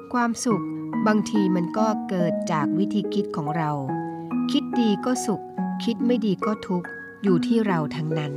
ความสุขบางทีมันก็เกิดจากวิธีคิดของเราคิดดีก็สุขคิดไม่ดีก็ทุกข์อยู่ที่เราทั้งนั้น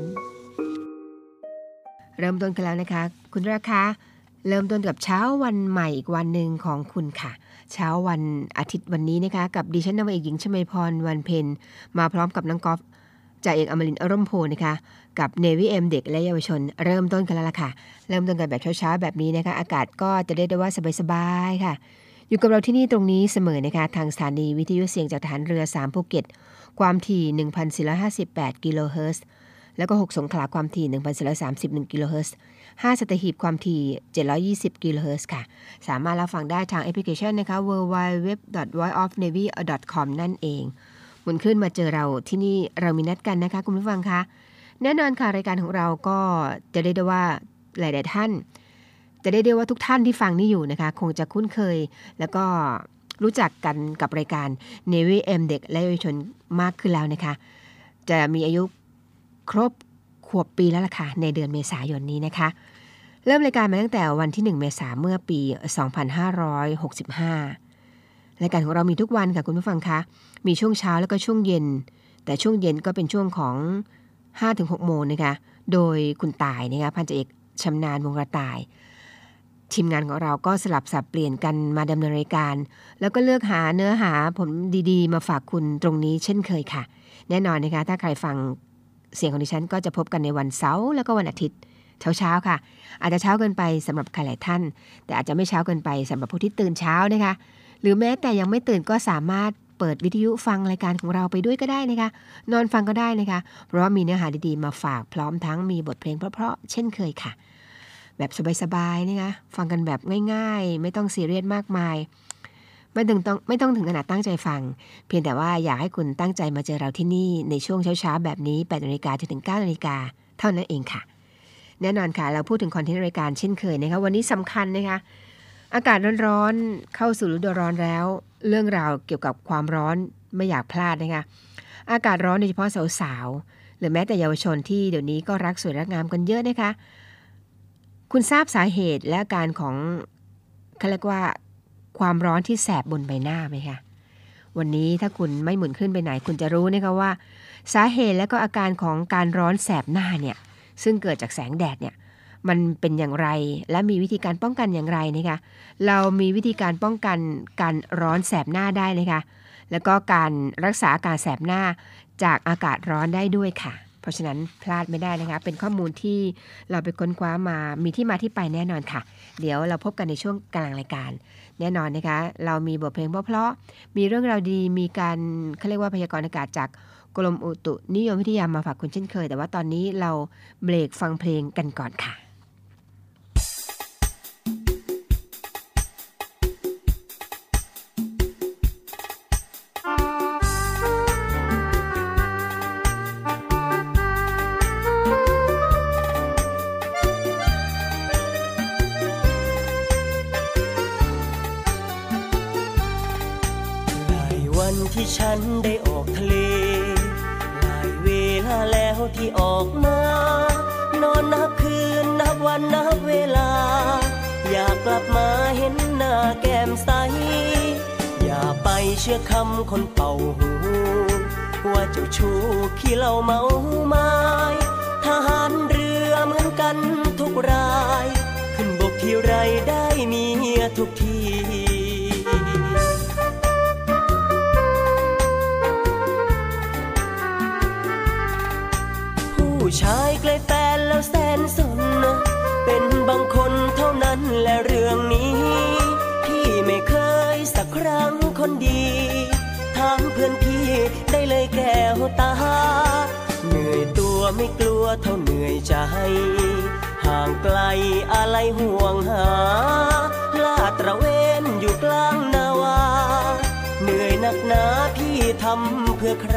เริ่มต้นกันแล้วนะคะคุณราคาเริ่มต้นกับเช้าวันใหม่อีกวันหนึ่งของคุณค่ะเช้าวันอาทิตย์วันนี้นะคะกับดิฉันนาวาเอกหญิงชมาพรวันเพ็ญมาพร้อมกับน้องกอล์ฟจ่าเอกอมรินทร์อร่มโพนะคะกับ Navy M เด็กและเยาวชนเริ่มต้นกันแล้วล่ะค่ะเริ่มต้นกันแบบเช้าๆแบบนี้นะคะอากาศก็จะได้ว่าสบายๆค่ะอยู่กับเราที่นี่ตรงนี้เสมอนะคะทางสถานีวิทยุเสียงจากฐานเรือ3ภูเก็ตความถี่ 1,458 กิโลเฮิรตซ์แล้วก็6สงขลาความถี่ 1,431 กิโลเฮิรตซ์5สัตหีบความถี่720 กิโลเฮิรตซ์ค่ะสามารถรับฟังได้ทางแอปพลิเคชันนะคะ www.voiceofnavy.com นั่นเองบนคลื่นมาเจอเราที่นี่เรามีนัดกันนะคะคุณผู้ฟังคะแน่นอนค่ะรายการของเราก็จะได้ได้ว่าหลายๆท่านจะได้ได้ว่าทุกท่านที่ฟังนี่อยู่นะคะคงจะคุ้นเคยแล้วก็รู้จักกันกับรายการ Navy M เด็กและเยาวชนมากขึ้นแล้วนะคะจะมีอายุครบขวบปีแล้วล่ะค่ะในเดือนเมษายนนี้นะคะเริ่มรายการมาตั้งแต่วันที่1เมษายนเมื่อปี2565รายการของเรามีทุกวันค่ะคุณผู้ฟังคะมีช่วงเช้าแล้วก็ช่วงเย็นแต่ช่วงเย็นก็เป็นช่วงของ 5-6 โมงนะคะโดยคุณต่ายนะคะพันจ่าเอกชำนาญวงศ์กระต่ายทีมงานของเราก็สลับสับเปลี่ยนกันมาดำเนินรายการแล้วก็เลือกหาเนื้อหาผลดีๆมาฝากคุณตรงนี้เช่นเคยค่ะแน่นอนนะคะถ้าใครฟังเสียงของดิฉันก็จะพบกันในวันเสาร์แล้วก็วันอาทิตย์เช้าๆค่ะอาจจะเช้าเกินไปสำหรับใครหลายท่านแต่อาจจะไม่เช้าเกินไปสำหรับผู้ที่ตื่นเช้านะคะหรือแม้แต่ยังไม่ตื่นก็สามารถเปิดวิทยุฟังรายการของเราไปด้วยก็ได้นะคะนอนฟังก็ได้นะคะเพราะว่ามีเนื้อหาดีๆมาฝากพร้อมทั้งมีบทเพลงเพราะๆเช่นเคยค่ะแบบสบายๆนะคะฟังกันแบบง่ายๆไม่ต้องซีเรียสมากมายไม่ต้องถึงขนาดตั้งใจฟังเพียงแต่ว่าอยากให้คุณตั้งใจมาเจอเราที่นี่ในช่วงเช้าๆแบบนี้ 8:00 นจนถึง 9:00 นเท่านั้นเองค่ะแน่นอนค่ะเราพูดถึงคอนเทนต์รายการเช่นเคยนะคะวันนี้สำคัญนะคะอากาศร้อนๆเข้าสู่ฤดูร้อนแล้วเรื่องราวเกี่ยวกับความร้อนไม่อยากพลาดนะคะอากาศร้อนโดยเฉพาะสาวๆหรือแม้แต่เยาวชนที่เดี๋ยวนี้ก็รักสวยรักงามกันเยอะนะคะคุณทราบสาเหตุและอาการของเขาเรียกว่าความร้อนที่แสบบนใบหน้าไหมคะวันนี้ถ้าคุณไม่หมุนขึ้นไปไหนคุณจะรู้นะคะว่าสาเหตุและก็อาการของการร้อนแสบหน้าเนี่ยซึ่งเกิดจากแสงแดดเนี่ยมันเป็นอย่างไรและมีวิธีการป้องกันอย่างไรนะคะเรามีวิธีการป้องกันการร้อนแสบหน้าได้นะคะแล้วก็การรักษาอาการแสบหน้าจากอากาศร้อนได้ด้วยค่ะเพราะฉะนั้นพลาดไม่ได้นะคะเป็นข้อมูลที่เราไปค้นคว้ามามีที่มาที่ไปแน่นอนค่ะเดี๋ยวเราพบกันในช่วงกลางรายการแน่นอนนะคะเรามีบทเพลงเพราะๆมีเรื่องราวดีมีการเขาเรียกว่าพยากรณ์อากาศจากกรมอุตุนิยมวิทยามาฝากคุณเช่นเคยแต่ว่าตอนนี้เราเบรกฟังเพลงกันก่อนค่ะที่ฉันได้ออกทะเลหลายเวลาแล้วที่ออกมานอนนับคืนนับวันนับเวลาอยากกลับมาเห็นหน้าแก้มใสอย่าไปเชื่อคำคนเป่าหูว่าเจ้าชู้ขี้เหล้าเมาไม้ทหารเรือเหมือนกันทุกรายขึ้นบกที่ไรได้เมียทุกทีผู้ชายใกล้แฟนแล้วแสนสนเป็นบางคนเท่านั้นและเรื่องนี้พี่ไม่เคยสักครั้งคนดีถามเพื่อนพี่ได้เลยแก้วตาเหนื่อยตัวไม่กลัวเท่าเหนื่อยใจห่างไกลอะไรห่วงหาลาดตระเวนอยู่กลางนาวาเหนื่อยนักหนาพี่ทำเพื่อใคร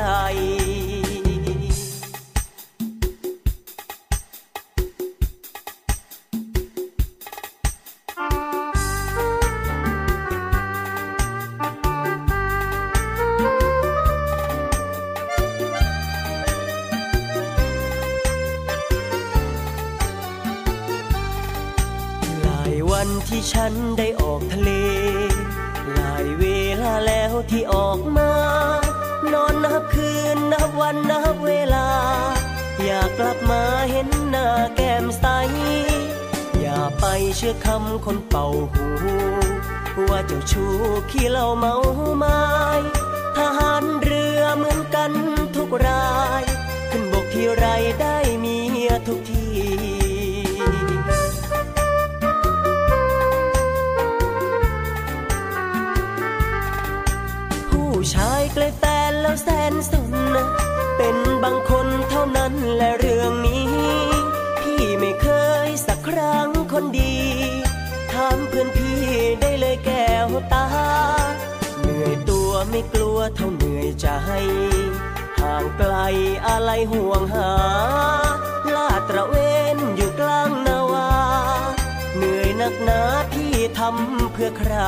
หลาายวันที่ฉันได้ออกทะเลหลายเวลาแล้วที่ออกมานอนนับคืนนับวันนับเวลาอยากกลับมาเห็นหน้าแก้มใสอย่าไปเชื่อคำคนเป่าหูว่าเจ้าชู้ขี้เหล้าเมาไม้ทหารเรือเหมือนกันทุกรายขึ้นบกที่ไรได้เมียทุกทีผู้ชายใกล้แฟนแล้วแสนสนเป็นบางคนเท่านั้นและเรื่องนี้พี่ไม่เคยสักครั้งคนดีถามเพื่อนพี่ได้เลยแก้วตาเหนื่อยตัวไม่กลัวเท่าเหนื่อยใจห่างไกลอะไรห่วงหาลาดตระเวนอยู่กลางนาวาเหนื่อยนักหนาพี่ทำเพื่อใคร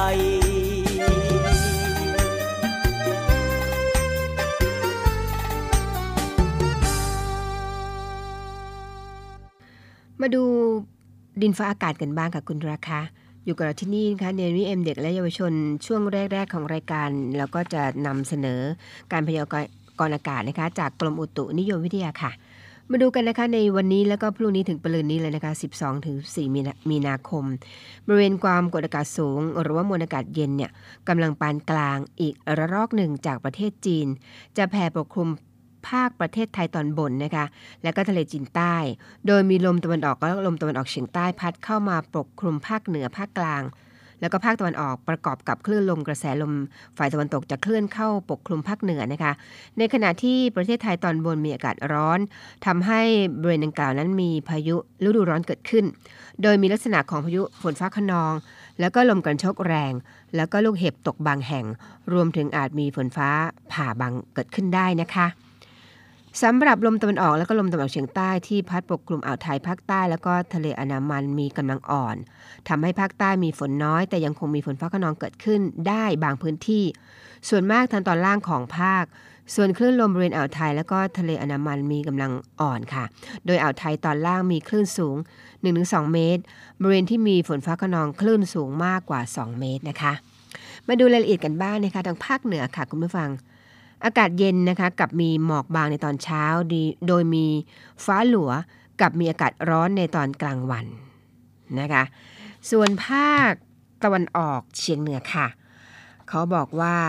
มาดูดินฟ้าอากาศกันบ้างค่ะคุณราคาอยู่กับเราที่นี่นะคะเนวิเอ็มเด็กและเยาวชนช่วงแรกๆของรายการแล้วก็จะนำเสนอการพยากรณ์อากาศนะคะจากกรมอุตุนิยมวิทยาค่ะมาดูกันนะคะในวันนี้แล้วก็พรุ่งนี้ถึงปรืนนี้เลยนะคะ12 ถึง 4 มีนาคมบริเวณความกดอากาศสูงหรือว่ามวลอากาศเย็นเนี่ยกำลังปานกลางอีกระลอกหนึ่งจากประเทศจีนจะแผ่ปกคลุมภาคประเทศไทยตอนบนนะคะและก็ทะเลจีนใต้โดยมีลมตะวันออกและลมตะวันออกเฉียงใต้พัดเข้ามาปกคลุมภาคเหนือภาคกลางแล้วก็ภาคตะวันออกประกอบกับคลื่นลมกระแสลมฝ่ายตะวันตกจะเคลื่อนเข้าปกคลุมภาคเหนือนะคะในขณะที่ประเทศไทยตอนบนมีอากาศร้อนทำให้บริเวณดังกล่าวนั้นมีพายุฤดูร้อนเกิดขึ้นโดยมีลักษณะของพายุฝนฟ้าคะนองแล้วก็ลมกระโชกแรงแล้วก็ลูกเห็บตกบางแห่งรวมถึงอาจมีฝนฟ้าผ่าบางเกิดขึ้นได้นะคะสำหรับลมตะวันออกและก็ลมตะวันออกเฉียงใต้ที่พัดปกคลุมอ่าวไทยภาคใต้แล้วก็ทะเลอันดามันมีกำลังอ่อนทำให้ภาคใต้มีฝนน้อยแต่ยังคงมีฝนฟ้าคะนองเกิดขึ้นได้บางพื้นที่ส่วนมากทางตอนล่างของภาคส่วนคลื่นลมบริเวณอ่าวไทยแล้วก็ทะเลอันดามันมีกำลังอ่อนค่ะโดยอ่าวไทยตอนล่างมีคลื่นสูง 1-2 เมตรบริเวณที่มีฝนฟ้าคะนองคลื่นสูงมากกว่า2 เมตรนะคะมาดูรายละเอียดกันบ้างนะคะทางภาคเหนือค่ะคุณผู้ฟังอากาศเย็นนะคะกับมีหมอกบางในตอนเช้าโดยมีฟ้าหลัวกับมีอากาศร้อนในตอนกลางวันนะคะส่วนภาคตะวันออกเฉียงเหนือค่ะเขาบอกว่า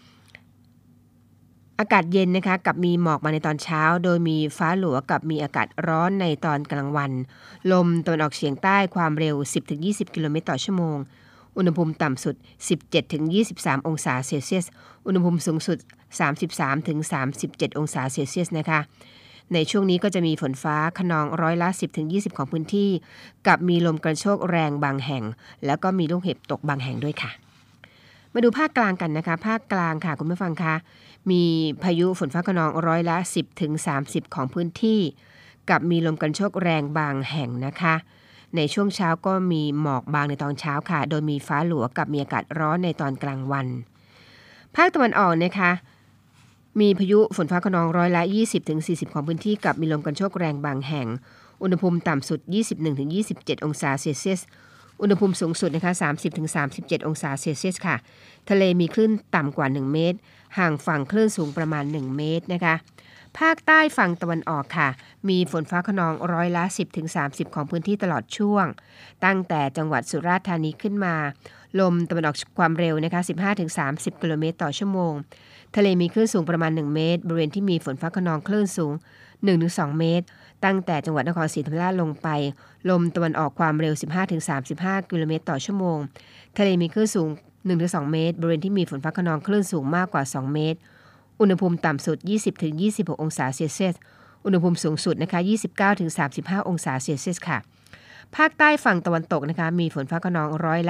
อากาศเย็นนะคะกับมีหมอกบางในตอนเช้าโดยมีฟ้าหลัวกับมีอากาศร้อนในตอนกลางวันลมตะวันออกเฉียงใต้ความเร็ว 10-20 กิโลเมตรต่อชั่วโมงอุณหภูมิต่ำสุด 17-23 องศาเซลเซียสอุณหภูมิสูงสุด 33-37 องศาเซลเซียสนะคะในช่วงนี้ก็จะมีฝนฟ้าคะนองร้อยละ 10-20 ของพื้นที่กับมีลมกระโชกแรงบางแห่งแล้วก็มีลูกเห็บตกบางแห่งด้วยค่ะมาดูภาคกลางกันนะคะภาคกลางค่ะคุณผู้ฟังคะมีพายุฝนฟ้าคะนองร้อยละ 10-30 ของพื้นที่กับมีลมกระโชกแรงบางแห่งนะคะในช่วงเช้าก็มีหมอกบางในตอนเช้าค่ะโดยมีฟ้าหลัวกับมีอากาศร้อนในตอนกลางวันภาคตะวันออกนะคะมีพายุฝนฟ้าคะนองร้อยละ 20-40 ของพื้นที่กับมีลมกระโชกแรงบางแห่งอุณหภูมิต่ำสุด 21-27 องศาเซลเซียสอุณหภูมิสูงสุดนะคะ 30-37 องศาเซลเซียสค่ะทะเลมีคลื่นต่ำกว่า1 เมตรห่างฝั่งคลื่นสูงประมาณ1 เมตรนะคะภาคใต้ฝั่งตะวันออกค่ะมีฝนฟ้าคะนองร้อยละ 10-30 ของพื้นที่ตลอดช่วงตั้งแต่จังหวัดสุราษฎร์ธานีขึ้นมาลมตะวันออกความเร็วนะคะ 15-30 กิโลเมตรต่อชั่วโมงทะเลมีคลื่นสูงประมาณ1 เมตรบริเวณที่มีฝนฟ้าคะนองคลื่นสูง 1-2 เมตรตั้งแต่จังหวัดนครศรีธรรมราชลงไปลมตะวันออกความเร็ว 15-35 กิโลเมตรต่อชั่วโมงทะเลมีคลื่นสูง 1-2 เมตรบริเวณที่มีฝนฟ้าคะนองคลื่นสูงมากกว่า2 เมตรอุณหภูมิต่ำสุด 20-26 องศาเซลเซียสอุณหภูมิสูงสุดนะคะ 29-35 องศาเซลเซียสค่ะภาคใต้ฝั่งตะวันตกนะคะมีฝนฟ้าคะนองร้อยละ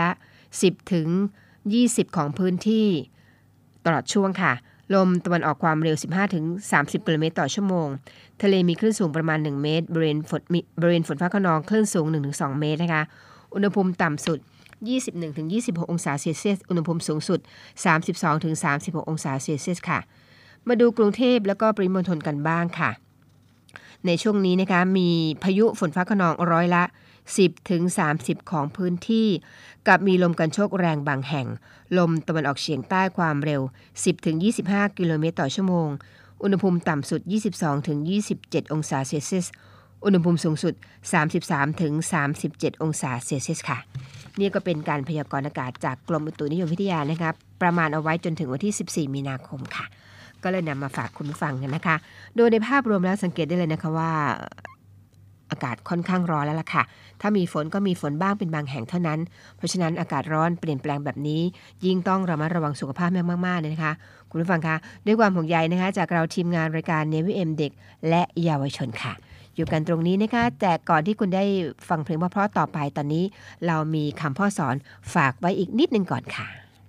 10-20 ของพื้นที่ตลอดช่วงค่ะลมตะวันออกความเร็ว 15-30 กิโลเมตรต่อชั่วโมงทะเลมีคลื่นสูงประมาณ1 เมตรบริเวณฝนฟ้าคะนองคลื่นสูง 1-2 เมตรนะคะอุณหภูมิต่ำสุด 21-26 องศาเซลเซียสอุณหภูมิสูงสุด 32-36 องศาเซลเซียสค่ะมาดูกรุงเทพแล้วก็ปริมณฑลกันบ้างค่ะในช่วงนี้นะคะมีพายุฝนฟ้าคะนองร้อยละ 10-30 ของพื้นที่กับมีลมกันโชกแรงบางแห่งลมตะวันออกเฉียงใต้ความเร็ว 10-25 กิโลเมตรต่อชั่วโมงอุณหภูมิต่ำสุด 22-27 องศาเซลเซียสอุณหภูมิสูงสุด 33-37 องศาเซลเซียสค่ะนี่ก็เป็นการพยากรณ์อากาศจากกรมอุตุนิยมวิทยานะครับประมาณเอาไว้จนถึงวันที่ 14 มีนาคมค่ะก็เลยนำมาฝากคุณผู้ฟังกันนะคะโดยในภาพรวมแล้วสังเกตได้เลยนะคะว่าอากาศค่อนข้างร้อนแล้วล่ะค่ะถ้ามีฝนก็มีฝนบ้างเป็นบางแห่งเท่านั้นเพราะฉะนั้นอากาศร้อนเปลี่ยนแปลงแบบนี้ยิ่งต้องระมัดระวังสุขภาพมากๆเลยนะคะคุณผู้ฟังคะด้วยความห่วงใยนะคะจากเราทีมงานรายการ Navy AM เด็กและเยาวชนค่ะอยู่กันตรงนี้นะคะแต่ก่อนที่คุณได้ฟังเพลงเพราะๆต่อไปตอนนี้เรามีคำพ่อสอนฝากไว้อีกนิดนึงก่อนค่ะ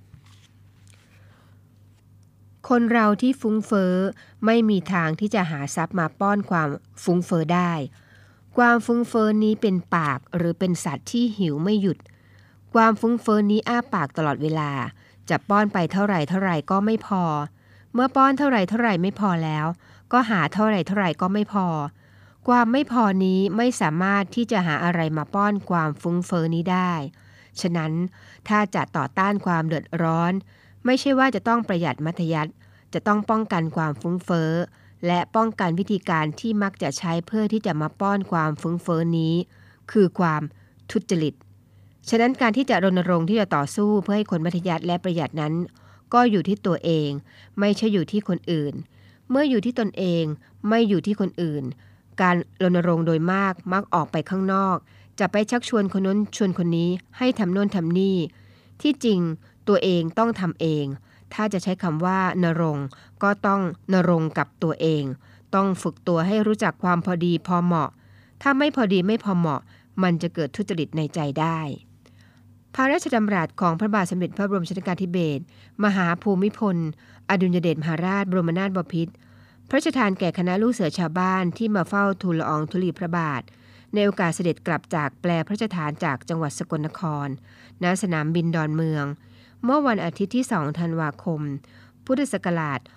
คนเราที่ฟุ้งเฟ้อไม่มีทางที่จะหาทรัพย์มาป้อนความฟุ้งเฟ้อได้ความฟุ้งเฟ้อนี้เป็นปากหรือเป็นสัตว์ที่หิวไม่หยุดความฟุ้งเฟ้อนี้อ้าปากตลอดเวลาจะป้อนไปเท่าไหร่ก็ไม่พอเมื่อป้อนเท่าไหร่ไม่พอแล้วก็หาเท่าไหร่ก็ไม่พอความไม่พอนี้ไม่สามารถที่จะหาอะไรมาป้อนความฟุ้งเฟ้อนี้ได้ฉะนั้นถ้าจะต่อต้านความเดือดร้อนไม่ใช่ว่าจะต้องประหยัดมัธยัสถ์จะต้องป้องกันความฟุ้งเฟ้อและป้องกันวิธีการที่มักจะใช้เพื่อที่จะมาป้อนความฟุ้งเฟ้อนี้คือความทุจริตฉะนั้นการที่จะรณรงค์ที่จะต่อสู้เพื่อให้คนมัธยัสถ์และประหยัดนั้นก็อยู่ที่ตัวเองไม่ใช่อยู่ที่คนอื่นเมื่ออยู่ที่ตนเองไม่อยู่ที่คนอื่นการรณรงค์โดยมากมักออกไปข้างนอกจะไปชักชวนคนนั้นชวนคนนี้ให้ทำโน่นทำนี่ที่จริงตัวเองต้องทำเองถ้าจะใช้คำว่านรงค์ก็ต้องนรงค์กับตัวเองต้องฝึกตัวให้รู้จักความพอดีพอเหมาะถ้าไม่พอดีไม่พอเหมาะมันจะเกิดทุจริตในใจได้พระราชดำรัสของพระบาทสมเด็จพระบรมชนกาธิเบศรมหาภูมิพลอดุลยเดชมหาราชบรมนาถบพิตรพระราชทานแก่คณะลูกเสือชาวบ้านที่มาเฝ้าทูลละอองธุลีพระบาทในโอกาสเสด็จกลับจากแปลพระราชทานจากจังหวัดสกลนครณสนามบินดอนเมืองเมื่อวันอาทิตย์ที่ 2 ธันวาคม พุทธศักราช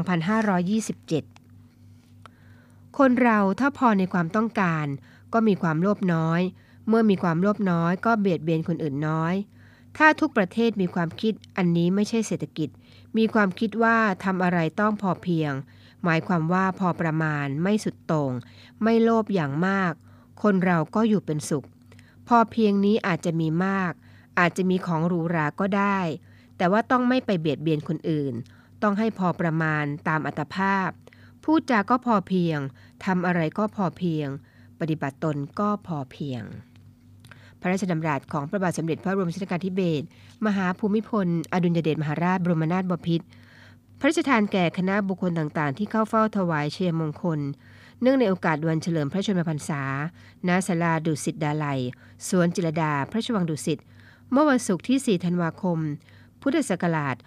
2527 คนเราถ้าพอในความต้องการก็มีความโลภน้อยเมื่อมีความโลภน้อยก็เบียดเบียนคนอื่นน้อยถ้าทุกประเทศมีความคิดอันนี้ไม่ใช่เศรษฐกิจมีความคิดว่าทำอะไรต้องพอเพียงหมายความว่าพอประมาณไม่สุดโต่งไม่โลภอย่างมากคนเราก็อยู่เป็นสุขพอเพียงนี้อาจจะมีมากอาจจะมีของหรูหราก็ได้แต่ว่าต้องไม่ไปเบียดเบียนคนอื่นต้องให้พอประมาณตามอัตภาพพูดจาก็พอเพียงทำอะไรก็พอเพียงปฏิบัติตนก็พอเพียงพระราชดำรัสของพระบาทสมเด็จพระบรมชนกาธิเบศรมหาภูมิพลอดุลยเดชมหาราชบรมนาถบพิตรพระราชทานแก่คณะบุคคลต่างๆที่เข้าเฝ้าถวายชัยมงคลเนื่องในโอกาสวันเฉลิมพระชนมพรรษาณศาลาดุสิตดาลัยสวนจิรดาพระราชวังดุสิตเมื่อวันศุกร์ที่ 4 ธันวาคม พุทธศักราช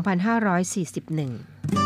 2541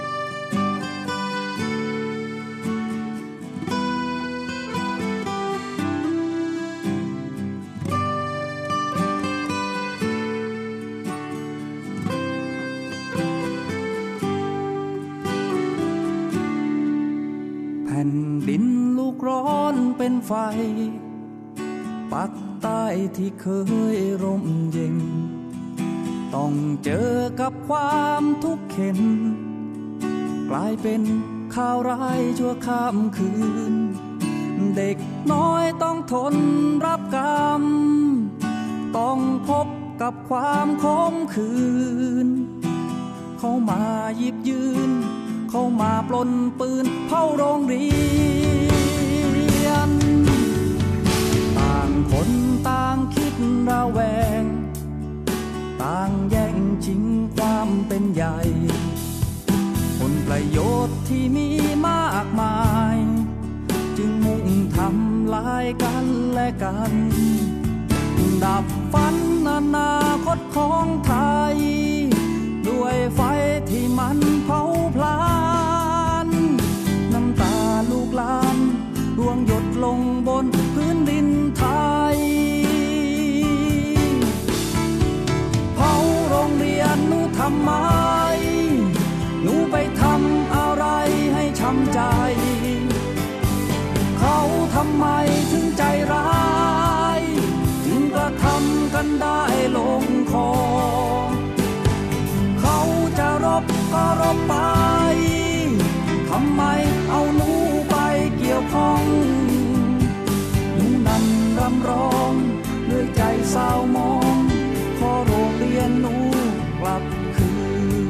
แผ่นดินลูกร้อนเป็นไฟปักใต้ที่เคยร่มเย็นต้องเจอกับความทุกข์เข็ญกลายเป็นข่าวร้ายชั่วข้ามคืนเด็กน้อยต้องทนรับกรรมต้องพบกับความขมขื่นเขามาหยิบยืนเข้ามาปล้นปืนเผาโรงเรียนต่างคนต่างคิดระแวงต่างแย่งชิงความเป็นใหญ่ผลประโยชน์ที่มีมากมายจึงมุ่งทำลายกันและกันดับฝันอนาคตของไทยด้วยไฟที่มันเผาพลานน้ำตาลูกหลานร่วงหยดลงบนพื้นดินไทยเผาโรงเรียนหนูทำไมหนูไปทำอะไรให้ช้ำใจเขาทำไมถึงใจร้ายคอเขาจะรบก็รบไปทำไมเอาหนูไปเกี่ยวข้องหนูนั้นรำร้องด้วยใจเศร้ามองขอโรงเรียนหนูกลับคืน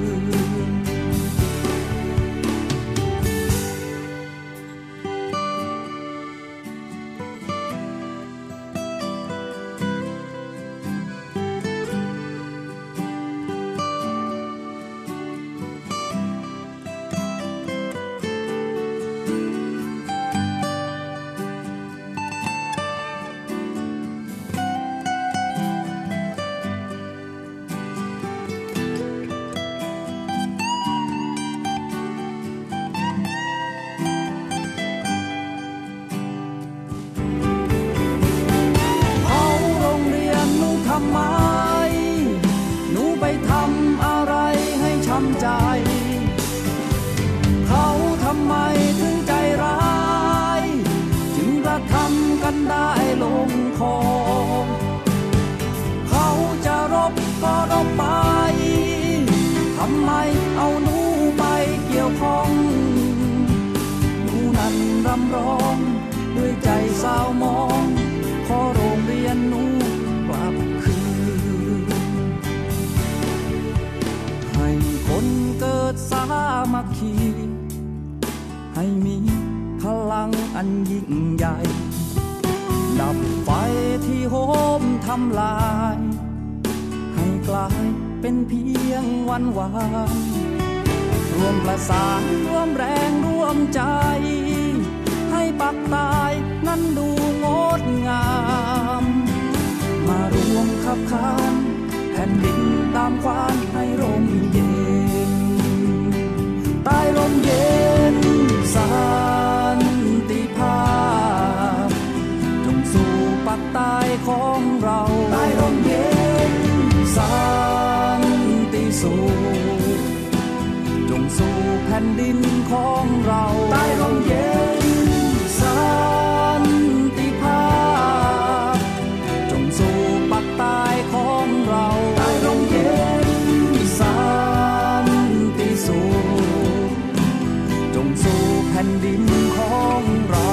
เขาทำไมถึงใจร้ายจึงกระทำกันได้ลงคอเขาจะรบก็รบไปทำไมเอาหนูไปเกี่ยวข้องหนูนั้นรำร้องด้วยใจเศร้ามองขอโรงเรียนหนูกลับคืนให้คนเกิดสามัคคีให้มีพลังอันยิ่งใหญ่ดับไฟที่โหมทำลายให้กลายเป็นเพียงวันวานรวมประสานร่วมแรงร่วมใจให้ปักใต้นั้นดูงดงามมารวมขับขานแผ่นดินตามควานให้ร่มเย็นใต้ร่มเย็นสันติภาพจงสู่ปักใต้ของเราใต้ร่มเย็นสันติสุขจงสู่แผ่นดินของเราใต้ร่มเย็นสันติภาพจงสู่ปักใต้ของเราใต้ร่มเย็นสันติสุขจงสู่แผ่นดินของเรา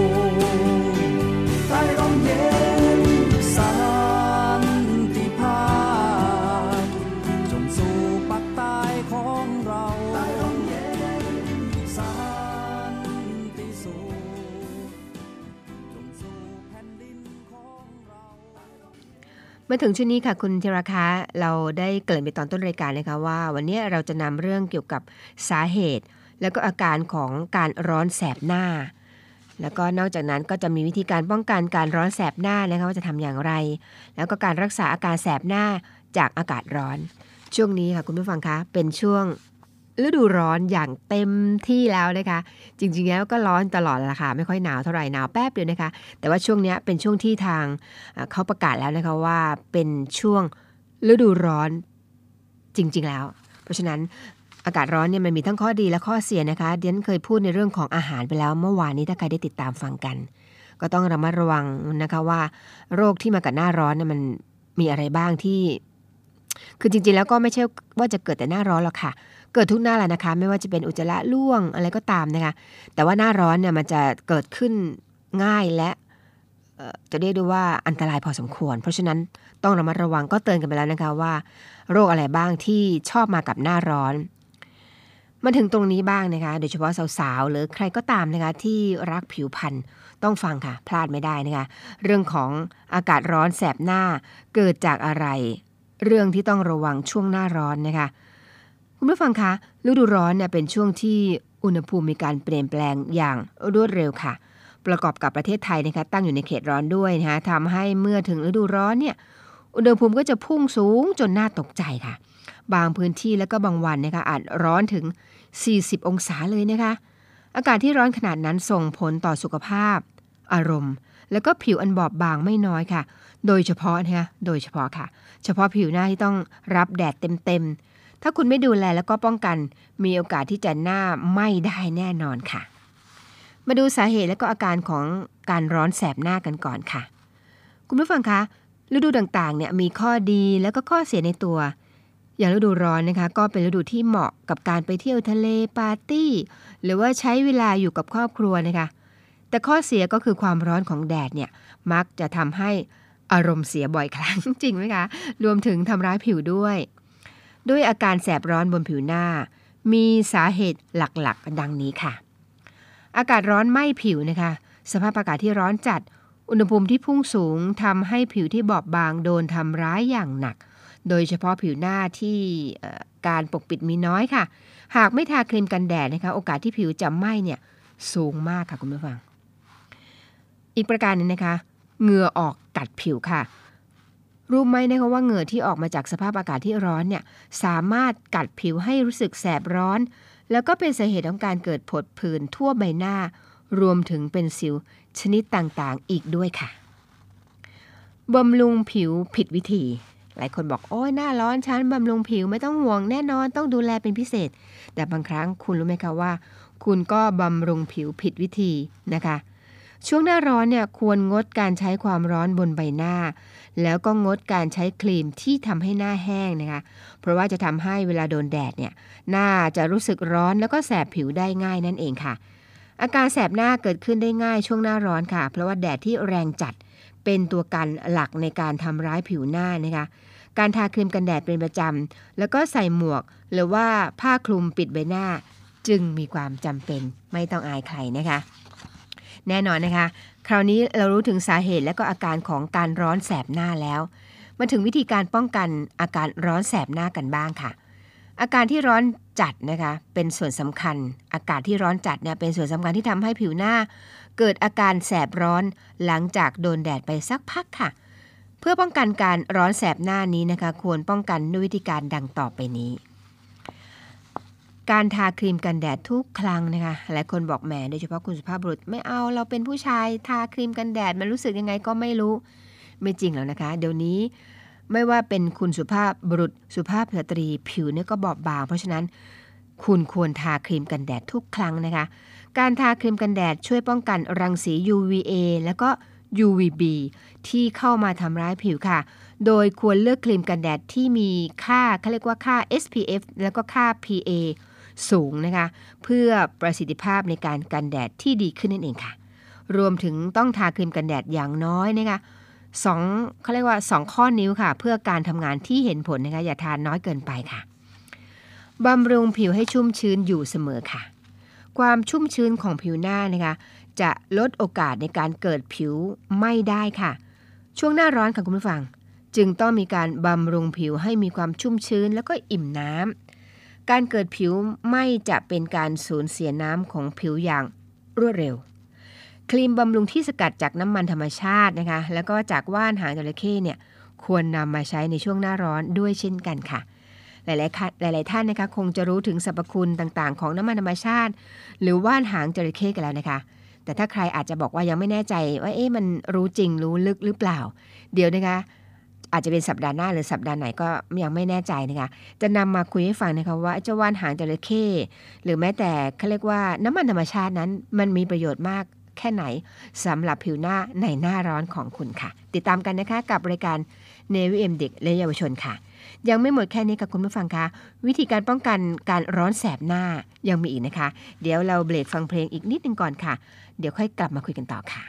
ใต้ร่มเย็นสันติภาพจงสู่ปักใต้ของเราใต้ร่มเย็นสันติสุขจงสู่แผ่นดินของเรามาถึงช่วงนี้ค่ะคุณธีราคะเราได้เกริ่นไปตอนต้นรายการนะคะว่าวันนี้เราจะนำเรื่องเกี่ยวกับสาเหตุแล้วก็อาการของการร้อนแสบหน้าแล้วก็นอกจากนั้นก็จะมีวิธีการป้องกันการร้อนแสบหน้านะคะว่าจะทำอย่างไรแล้วก็การรักษาอาการแสบหน้าจากอากาศร้อนช่วงนี้ค่ะคุณผู้ฟังคะเป็นช่วงฤดูร้อนอย่างเต็มที่แล้วนะคะจริงๆแล้วก็ร้อนตลอดละค่ะไม่ค่อยหนาวเท่าไหร่หนาวแป๊บเดียวนะคะแต่ว่าช่วงนี้เป็นช่วงที่ทางเขาประกาศแล้วนะคะว่าเป็นช่วงฤดูร้อนจริงๆแล้วเพราะฉะนั้นอากาศร้อนเนี่ยมันมีทั้งข้อดีและข้อเสียนะคะเดียนเคยพูดในเรื่องของอาหารไปแล้วเมื่อวานนี้ถ้าใครได้ติดตามฟังกันก็ต้องระมัดระวังนะคะว่าโรคที่มากับหน้าร้อนเนี่ยมันมีอะไรบ้างที่คือจริงๆแล้วก็ไม่ใช่ว่าจะเกิดแต่หน้าร้อนหรอกค่ะเกิดทุกหน้าแหละนะคะไม่ว่าจะเป็นอุจจาระร่วงอะไรก็ตามนะคะแต่ว่าหน้าร้อนเนี่ยมันจะเกิดขึ้นง่ายและจะเรียกได้ว่าอันตรายพอสมควรเพราะฉะนั้นต้องระมัดระวังก็เตือนกันไปแล้วนะคะว่าโรคอะไรบ้างที่ชอบมากับหน้าร้อนมาถึงตรงนี้บ้างนะคะโดยเฉพาะสาวๆหรือใครก็ตามนะคะที่รักผิวพรรณต้องฟังค่ะพลาดไม่ได้นะคะเรื่องของอากาศร้อนแสบหน้าเกิดจากอะไรเรื่องที่ต้องระวังช่วงหน้าร้อนนะคะคุณผู้ฟังคะฤดูร้อนเนี่ยเป็นช่วงที่อุณหภูมิมีการเปลี่ยนแปลงอย่างรวดเร็วค่ะประกอบกับประเทศไทยนะคะตั้งอยู่ในเขตร้อนด้วยนะคะทำให้เมื่อถึงฤดูร้อนเนี่ยอุณหภูมิก็จะพุ่งสูงจนน่าตกใจค่ะบางพื้นที่แล้วก็บางวันนะคะอาจร้อนถึง40องศาเลยนะคะอากาศที่ร้อนขนาดนั้นส่งผลต่อสุขภาพอารมณ์แล้วก็ผิวอันบอบบางไม่น้อยค่ะโดยเฉพาะค่ะเฉพาะผิวหน้าที่ต้องรับแดดเต็มๆถ้าคุณไม่ดูแลแล้วก็ป้องกันมีโอกาสที่จะหน้าไหม้ได้แน่นอนค่ะมาดูสาเหตุและก็อาการของการร้อนแสบหน้ากันก่อนค่ะคุณผู้ฟังคะฤดูต่างๆเนี่ยมีข้อดีแล้วก็ข้อเสียในตัวอย่างฤดูร้อนนะคะก็เป็นฤดูที่เหมาะกับการไปเที่ยวทะเลปาร์ตี้หรือว่าใช้เวลาอยู่กับครอบครัวนะคะแต่ข้อเสียก็คือความร้อนของแดดเนี่ยมักจะทำให้อารมณ์เสียบ่อยครั้ง จริงไหมคะรวมถึงทำร้ายผิวด้วยอาการแสบร้อนบนผิวหน้ามีสาเหตุหลักๆดังนี้ค่ะอากาศร้อนไหม้ผิวนะคะสภาพอากาศที่ร้อนจัดอุณหภูมิที่พุ่งสูงทำให้ผิวที่บอบบางโดนทำร้ายอย่างหนักโดยเฉพาะผิวหน้าที่การปกปิดมีน้อยค่ะหากไม่ทาครีมกันแดดนะคะโอกาสที่ผิวจะไหม้เนี่ยสูงมากค่ะคุณผู้ฟังอีกประการนึงนะคะเหงื่อออกกัดผิวค่ะรู้ไหมนะคะว่าเหงื่อที่ออกมาจากสภาพอากาศที่ร้อนเนี่ยสามารถกัดผิวให้รู้สึกแสบร้อนแล้วก็เป็นสาเหตุของการเกิดผดผื่นทั่วใบหน้ารวมถึงเป็นสิวชนิดต่างๆอีกด้วยค่ะบำรุงผิวผิดวิธีหลายคนบอกโอ้ยหน้าร้อนฉันบำรุงผิวไม่ต้องห่วงแน่นอนต้องดูแลเป็นพิเศษแต่บางครั้งคุณรู้ไหมคะว่าคุณก็บำรุงผิวผิดวิธีนะคะช่วงหน้าร้อนเนี่ยควรงดการใช้ความร้อนบนใบหน้าแล้วก็งดการใช้ครีมที่ทำให้หน้าแห้งนะคะเพราะว่าจะทำให้เวลาโดนแดดเนี่ยหน้าจะรู้สึกร้อนแล้วก็แสบผิวได้ง่ายนั่นเองค่ะอาการแสบหน้าเกิดขึ้นได้ง่ายช่วงหน้าร้อนค่ะเพราะว่าแดดที่แรงจัดเป็นตัวกันหลักในการทำร้ายผิวหน้านะคะการทาครีมกันแดดเป็นประจำแล้วก็ใส่หมวกหรือว่าผ้าคลุมปิดใบหน้าจึงมีความจำเป็นไม่ต้องอายใครนะคะแน่นอนนะคะคราวนี้เรารู้ถึงสาเหตุและก็อาการของการร้อนแสบหน้าแล้วมาถึงวิธีการป้องกันอาการร้อนแสบหน้ากันบ้างค่ะอาการที่ร้อนจัดนะคะเป็นส่วนสำคัญอากาศที่ร้อนจัดเนี่ยเป็นส่วนสำคัญที่ทำให้ผิวหน้าเกิดอาการแสบร้อนหลังจากโดนแดดไปสักพักค่ะเพื่อป้องกันการร้อนแสบหน้านี้นะคะควรป้องกันด้วยวิธีการดังต่อไปนี้การทาครีมกันแดดทุกครั้งนะคะหลายคนบอกแหมโดยเฉพาะคุณสุภาพบุรุษไม่เอาเราเป็นผู้ชายทาครีมกันแดดมันรู้สึกยังไงก็ไม่รู้ไม่จริงแล้วนะคะเดี๋ยวนี้ไม่ว่าเป็นคุณสุภาพบุรุษสุภาพสตรีผิวเนี่ยก็บอบบางเพราะฉะนั้นคุณควรทาครีมกันแดดทุกครั้งนะคะการทาครีมกันแดดช่วยป้องกันรังสี UVA แล้วก็ UVB ที่เข้ามาทำร้ายผิวค่ะโดยควรเลือกครีมกันแดดที่มีค่าเขาเรียกว่าค่า SPF แล้วก็ค่า PA สูงนะคะเพื่อประสิทธิภาพในการกันแดดที่ดีขึ้นนั่นเองค่ะรวมถึงต้องทาครีมกันแดดอย่างน้อยนะคะเขาเรียกว่า2ข้อนิ้วค่ะเพื่อการทำงานที่เห็นผลนะคะอย่าทานน้อยเกินไปค่ะบำรุงผิวให้ชุ่มชื้นอยู่เสมอค่ะความชุ่มชื้นของผิวหน้านะคะจะลดโอกาสในการเกิดผิวไหม้ได้ค่ะช่วงหน้าร้อนค่ะคุณผู้ฟังจึงต้องมีการบำรุงผิวให้มีความชุ่มชื้นแล้วก็อิ่มน้ำการเกิดผิวไหม้จะเป็นการสูญเสียน้ำของผิวอย่างรวดเร็วครีมบำรุงที่สกัดจากน้ำมันธรรมชาตินะคะแล้วก็จากว่านหางจระเข้เนี่ยควรนำมาใช้ในช่วงหน้าร้อนด้วยเช่นกันค่ะหลายท่านนะคะคงจะรู้ถึงสรรพคุณต่างๆของน้ำมันธรรมชาติหรือว่านหางจระเข้กันแล้วนะคะแต่ถ้าใครอาจจะบอกว่ายังไม่แน่ใจว่ามันรู้จริงรู้ลึกหรือเปล่าเดี๋ยวนะคะอาจจะเป็นสัปดาห์หน้าหรือสัปดาห์ไหนก็ยังไม่แน่ใจนะคะจะนำมาคุยให้ฟังนะคะว่าเจ้าว่านหางจระเข้หรือแม้แต่เขาเรียกว่าน้ำมันธรรมชาตินั้นมันมีประโยชน์มากแค่ไหนสำหรับผิวหน้าในหน้าร้อนของคุณค่ะติดตามกันนะคะกับรายการ NavyM เด็กและเยาวชนค่ะยังไม่หมดแค่นี้ค่ะคุณผู้ฟังคะวิธีการป้องกันการร้อนแสบหน้ายังมีอีกนะคะเดี๋ยวเราเบรกฟังเพลงอีกนิดนึงก่อนค่ะเดี๋ยวค่อยกลับมาคุยกันต่อค่ะ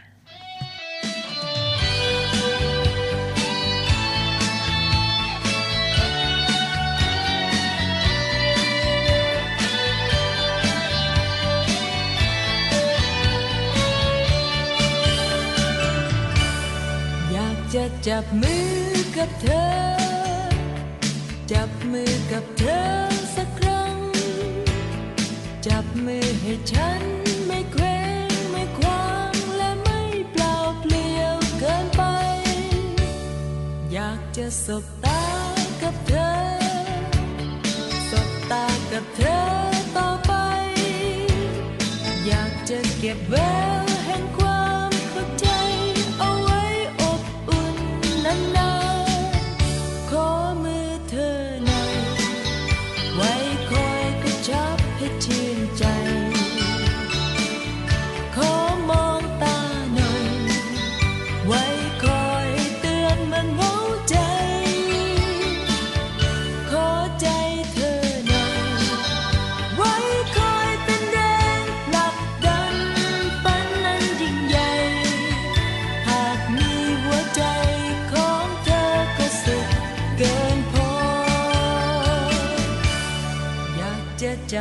จะจับมือกับเธอจับมือกับเธอสักครั้งจับมือให้ฉันไม่เคว้งไม่คว้างและไม่เปล่าเปลี่ยวเกินไปอยากจะสบตากับเธอสบตากับเธอต่อไปอยากจะเก็บแววแห่งความเข้าใจเอาไว้นานๆขอมือเธอหน่อยไว้คอยกระชับให้ชื่นใจขอมองตาหน่อยไว้คอยเตือนมันว่า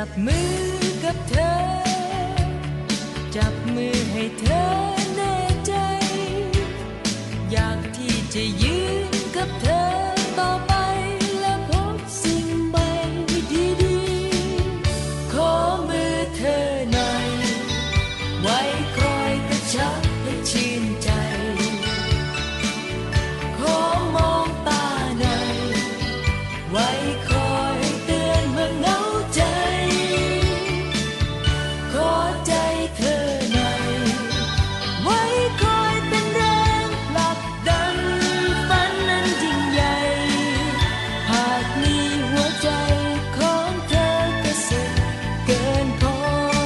จับมือกับเธอจับมือให้เธอแน่ใจอยากที่จะยืนกับเธอต่อไปและพบสิ่งใหม่ดีๆขอมือเธอหน่อยไว้คอยกระชับให้ชื่นใจขอมองตาหน่อยไว้คอยเตือนเมื่อเหงาใจขอใจเธอหน่อยไว้คอยเป็นแรงผลักดันฝันนั้นยิ่งใหญ่หากมีหัวใจของเธอก็สุดเกินพอ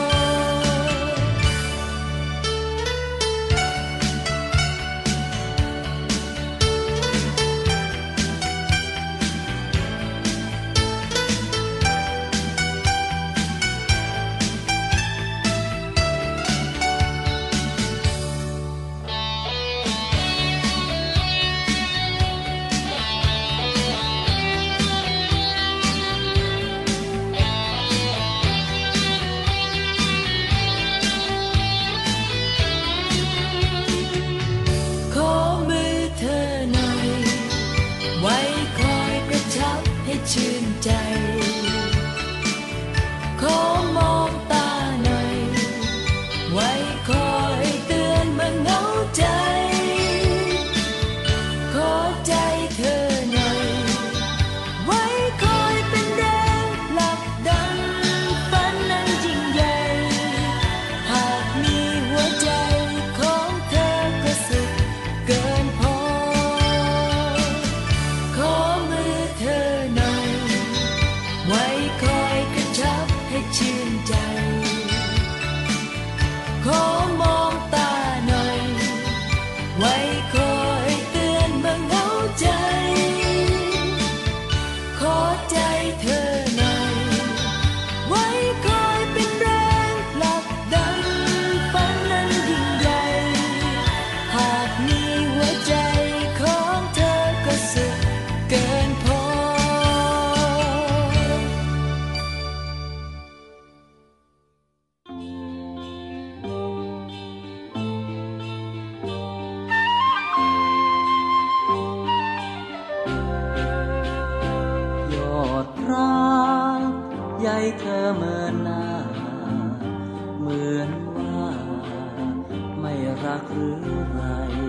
ขอมือเธอหน่อยไว้คอยกระชับให้ชื่นใจขอมองตาหน่อยไว้คอยเตือนเมื่อเหงาใจขอใจเธอหน่อยไว้คอยเป็นแรงผลักดันฝันนั้นยิ่งใหญ่หากมีหัวใจของเธอก็สุดเกินพอขอมือเธอหน่อยไว้คอยกระชับให้ชื่นใจขอมองตาหน่อยไว้คอยเตือนเมื่อเหงาใจขอใจเธอหน่อยไว้คอยเป็นแรงผลักดันฝันนั้นยิ่งใหญ่หากมีหัวใจของเธอก็สุดเกินพอยอดรักใยเธอเมินหน้าเหมือนว่าไม่รักหรือไร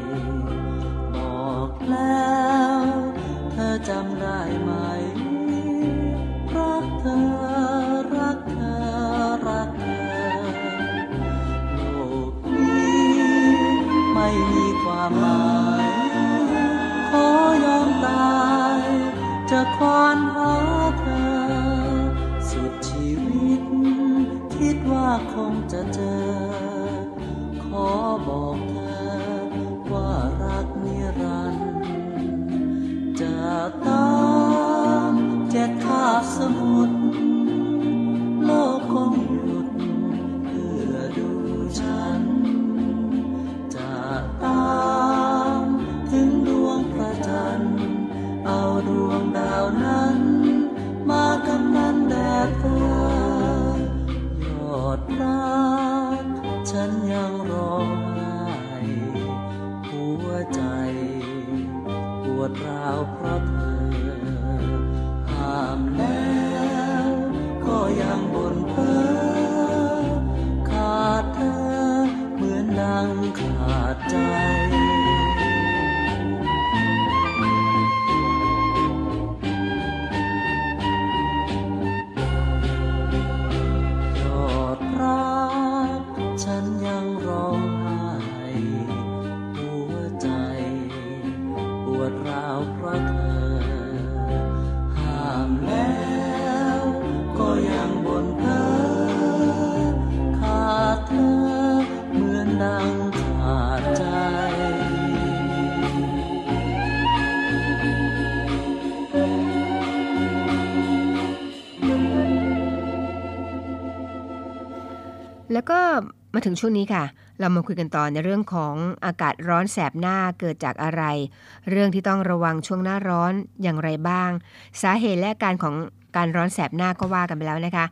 บอกแล้วเธอจำได้ไหมรักเธอรักเธอรักเธอโลกนี้ไม่มีความหมายขอยอมตายจะควานหาเธอสุดชีวิตคิดว่าคงจะเจอขอบอกเธอว่ารักนิรันดร์จะตามเจ็ดคาบสมุทรโลกคงหยุดเพื่อดูฉันจะตามถึงดวงพระจันทร์เอาดวงดาวนั้นมากำนันแด่เธอยอดรักฉันยังร้องไห้หัวใจปวดร้าวเพราะเธอห้ามแล้วก็ยังบ่นเพ้อขาดเธอเหมือนดังขาดใจฉันยังร้องไห้หัวใจปวดร้าวเพราะเธอห้ามแล้วก็ยังบ่นเพ้อขาดเธอเหมือนดังขาดใจแล้วก็มาถึงช่วงนี้ค่ะเรามาคุยกันต่อในเรื่องของอากาศร้อนแสบหน้าเกิดจากอะไรเรื่องที่ต้องระวังช่วงหน้าร้อนอย่างไรบ้างสาเหตุและอาการของการร้อนแสบหน้าก็ว่ากันไปแล้วนะคะ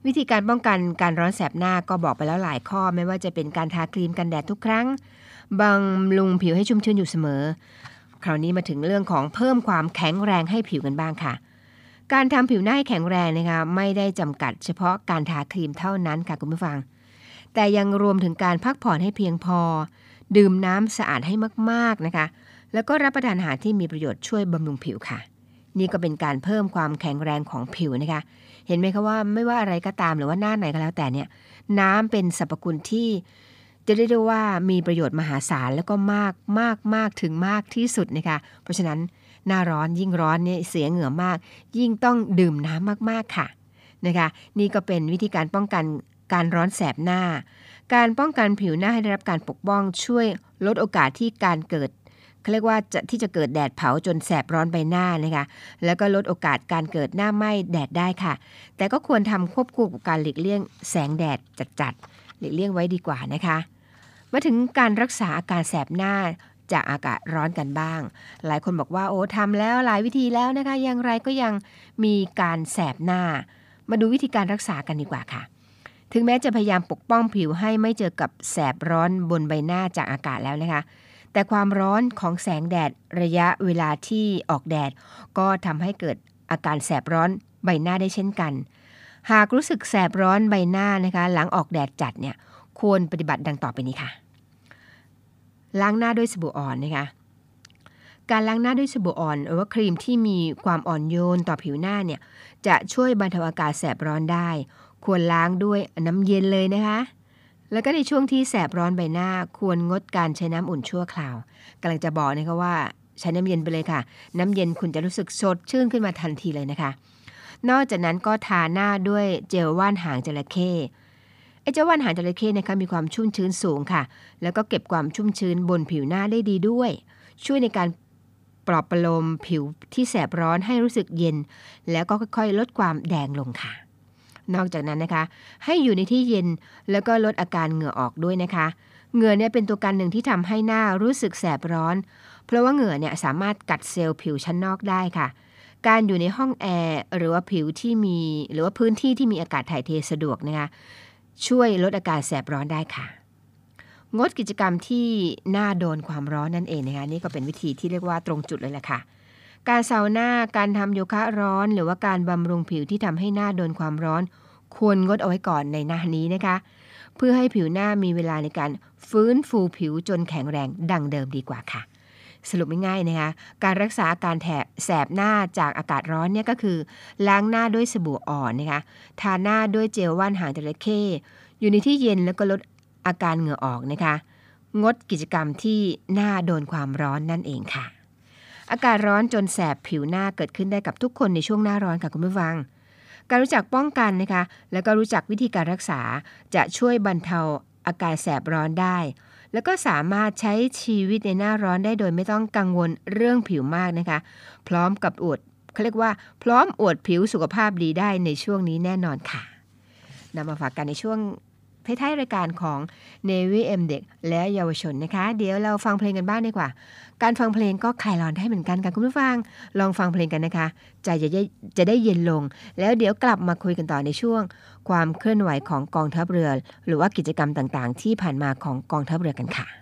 วิธีการป้องกันการร้อนแสบหน้าก็บอกไปแล้วหลายข้อไม่ว่าจะเป็นการทาครีมกันแดดทุกครั้งบำรุงผิวให้ชุ่มชื้นอยู่เสมอคราวนี้มาถึงเรื่องของเพิ่มความแข็งแรงให้ผิวกันบ้างค่ะการทำผิวหน้าให้แข็งแรงนะคะไม่ได้จำกัดเฉพาะการทาครีมเท่านั้นค่ะคุณผู้ฟังแต่ยังรวมถึงการพักผ่อนให้เพียงพอดื่มน้ำสะอาดให้มากๆนะคะแล้วก็รับประทานอาหารที่มีประโยชน์ช่วยบำรุงผิวค่ะนี่ก็เป็นการเพิ่มความแข็งแรงของผิวนะคะเห็นไหมคะว่าไม่ว่าอะไรก็ตามหรือว่าหน้าไหนก็แล้วแต่เนี่ยน้ำเป็นสรรพคุณที่จะเรียกได้ว่ามีประโยชน์มหาศาลแล้วก็มากถึงมากที่สุดนะคะเพราะฉะนั้นหน้าร้อนยิ่งร้อนเนี่ยเสียเหงื่อมากยิ่งต้องดื่มน้ำมากๆค่ะนะคะนี่ก็เป็นวิธีการป้องกันการร้อนแสบหน้าการป้องกันผิวหน้าให้ได้รับการปกป้องช่วยลดโอกาสที่การเกิดเขาเรียกว่าที่จะเกิดแดดเผาจนแสบร้อนใบหน้านะคะแล้วก็ลดโอกาสการเกิดหน้าไหม้แดดได้ค่ะแต่ก็ควรทำควบคู่กับการหลีกเลี่ยงแสงแดดจัดๆหลีกเลี่ยงไว้ดีกว่านะคะมาถึงการรักษาอาการแสบหน้าจากอากาศร้อนกันบ้างหลายคนบอกว่าโอ้ทำแล้วหลายวิธีแล้วนะคะอย่างไรก็ยังมีการแสบหน้ามาดูวิธีการรักษากันดีกว่าค่ะถึงแม้จะพยายามปกป้องผิวให้ไม่เจอกับแสบร้อนบนใบหน้าจากอากาศแล้วนะคะแต่ความร้อนของแสงแดดระยะเวลาที่ออกแดดก็ทำให้เกิดอาการแสบร้อนใบหน้าได้เช่นกันหากรู้สึกแสบร้อนใบหน้านะคะหลังออกแดดจัดเนี่ยควรปฏิบัติดังต่อไปนี้ค่ะล้างหน้าด้วยสบู่อ่อนนะคะการล้างหน้าด้วยสบู่อ่อนหรือว่าครีมที่มีความอ่อนโยนต่อผิวหน้าเนี่ยจะช่วยบรรเทาอาการแสบร้อนได้ควรล้างด้วยน้ำเย็นเลยนะคะแล้วก็ในช่วงที่แสบร้อนใบหน้าควรงดการใช้น้ำอุ่นชั่วคราวกำลังจะบอกนะคะว่าใช้น้ำเย็นไปเลยค่ะน้ำเย็นคุณจะรู้สึกสดชื่นขึ้นมาทันทีเลยนะคะนอกจากนั้นก็ทาหน้าด้วยเจลว่านหางจระเข้เจลว่านหางจระเข้นะคะมีความชุ่มชื้นสูงค่ะแล้วก็เก็บความชุ่มชื้นบนผิวหน้าได้ดีด้วยช่วยในการปลอบประโลมผิวที่แสบร้อนให้รู้สึกเย็นแล้วก็ค่อยๆลดความแดงลงค่ะนอกจากนั้นนะคะให้อยู่ในที่เย็นแล้วก็ลดอาการเหงื่อออกด้วยนะคะเหงื่อเนี่ยเป็นตัวการหนึ่งที่ทำให้หน้ารู้สึกแสบร้อนเพราะว่าเหงื่อเนี่ยสามารถกัดเซลล์ผิวชั้นนอกได้ค่ะการอยู่ในห้องแอร์หรือว่าผิวที่มีหรือว่าพื้นที่ที่มีอากาศถ่ายเทสะดวกนะคะช่วยลดอาการแสบร้อนได้ค่ะงดกิจกรรมที่หน้าโดนความร้อนนั่นเองนะคะนี่ก็เป็นวิธีที่เรียกว่าตรงจุดเลยแหละค่ะการซาวน่าการทำโยคะร้อนหรือว่าการบำรุงผิวที่ทำให้หน้าโดนความร้อนควรงดเอาไว้ก่อนในหน้านี้นะคะเพื่อให้ผิวหน้ามีเวลาในการฟื้นฟูผิวจนแข็งแรงดังเดิมดีกว่าค่ะสรุปง่ายๆนะคะการรักษาอาการแสบหน้าจากอากาศร้อนเนี่ยก็คือล้างหน้าด้วยสบู่อ่อนนะคะทาหน้าด้วยเจลว่านหางจระเข้อยู่ในที่เย็นแล้วก็ลดอาการเหงื่อออกนะคะงดกิจกรรมที่หน้าโดนความร้อนนั่นเองค่ะอากาศร้อนจนแสบผิวหน้าเกิดขึ้นได้กับทุกคนในช่วงหน้าร้อนค่ะคุณผู้ฟังการรู้จักป้องกันนะคะแล้วก็รู้จักวิธีการรักษาจะช่วยบรรเทาอาการแสบร้อนได้แล้วก็สามารถใช้ชีวิตในหน้าร้อนได้โดยไม่ต้องกังวลเรื่องผิวมากนะคะพร้อมกับเขาเรียกว่าพร้อมอวดผิวสุขภาพดีได้ในช่วงนี้แน่นอนค่ะนำมาฝากกันในช่วงท้ายๆรายการของ Navy M เด็กและเยาวชนนะคะเดี๋ยวเราฟังเพลงกันบ้างดีกว่าการฟังเพลงก็คลายร้อนได้เหมือนกันค่ะคุณผู้ฟังลองฟังเพลงกันนะคะใจจะได้เย็นลงแล้วเดี๋ยวกลับมาคุยกันต่อในช่วงความเคลื่อนไหวของกองทัพเรือหรือว่ากิจกรรมต่างๆที่ผ่านมาของกองทัพเรือกันค่ะ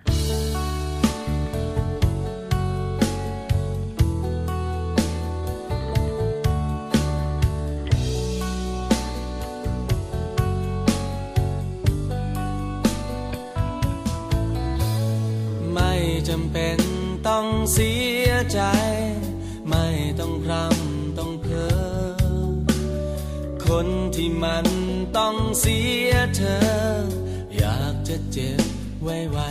จำเป็นต้องเสียใจไม่ต้องพร่ำต้องเพ้อคนที่มันต้องเสียเธออยากจะเจ็บไว้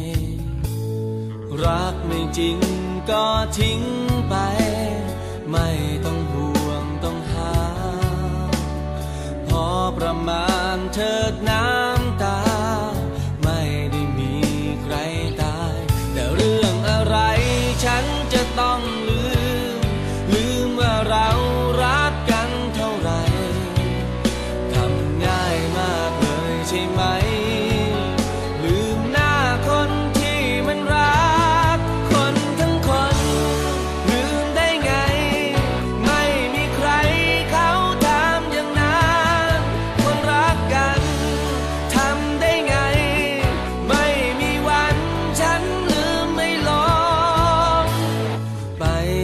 รักไม่จริงก็ทิ้งไปไม่ต้องห่วงต้องหาพอประมาณเถิดน้ำตาไม่ได้มีใครตายแต่เรื่องอะไรฉันจะต้องลืมว่าเรารักกันเท่าไหร่ทำง่ายมากเลยใช่ไหมลืมหน้าคนที่มันรักคนทั้งคนลืมได้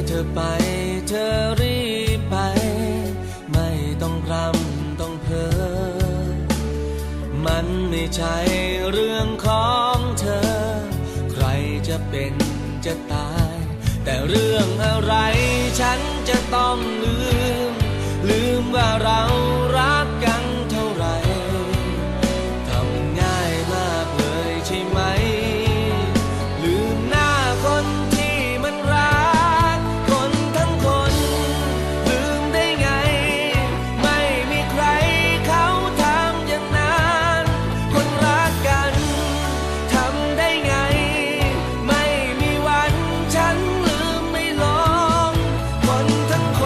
เธอไปเธอรีบไปไม่ต้องรำต้องเพ้อมันไม่ใช่เรื่องของเธอใครจะเป็นจะตายแต่เรื่องอะไรฉันจะต้องลืมว่าเรารักกันเท่าไหร่ทำง่ายมากเลยใช่ไหมลืมหน้าคนที่มันรักคนทั้งคนลืมได้ไงไม่มีใครเขาทำอย่างนั้นคนรักกันทำได้ไงไม่มีวันฉันลืมไม่ลงคนทั้งคน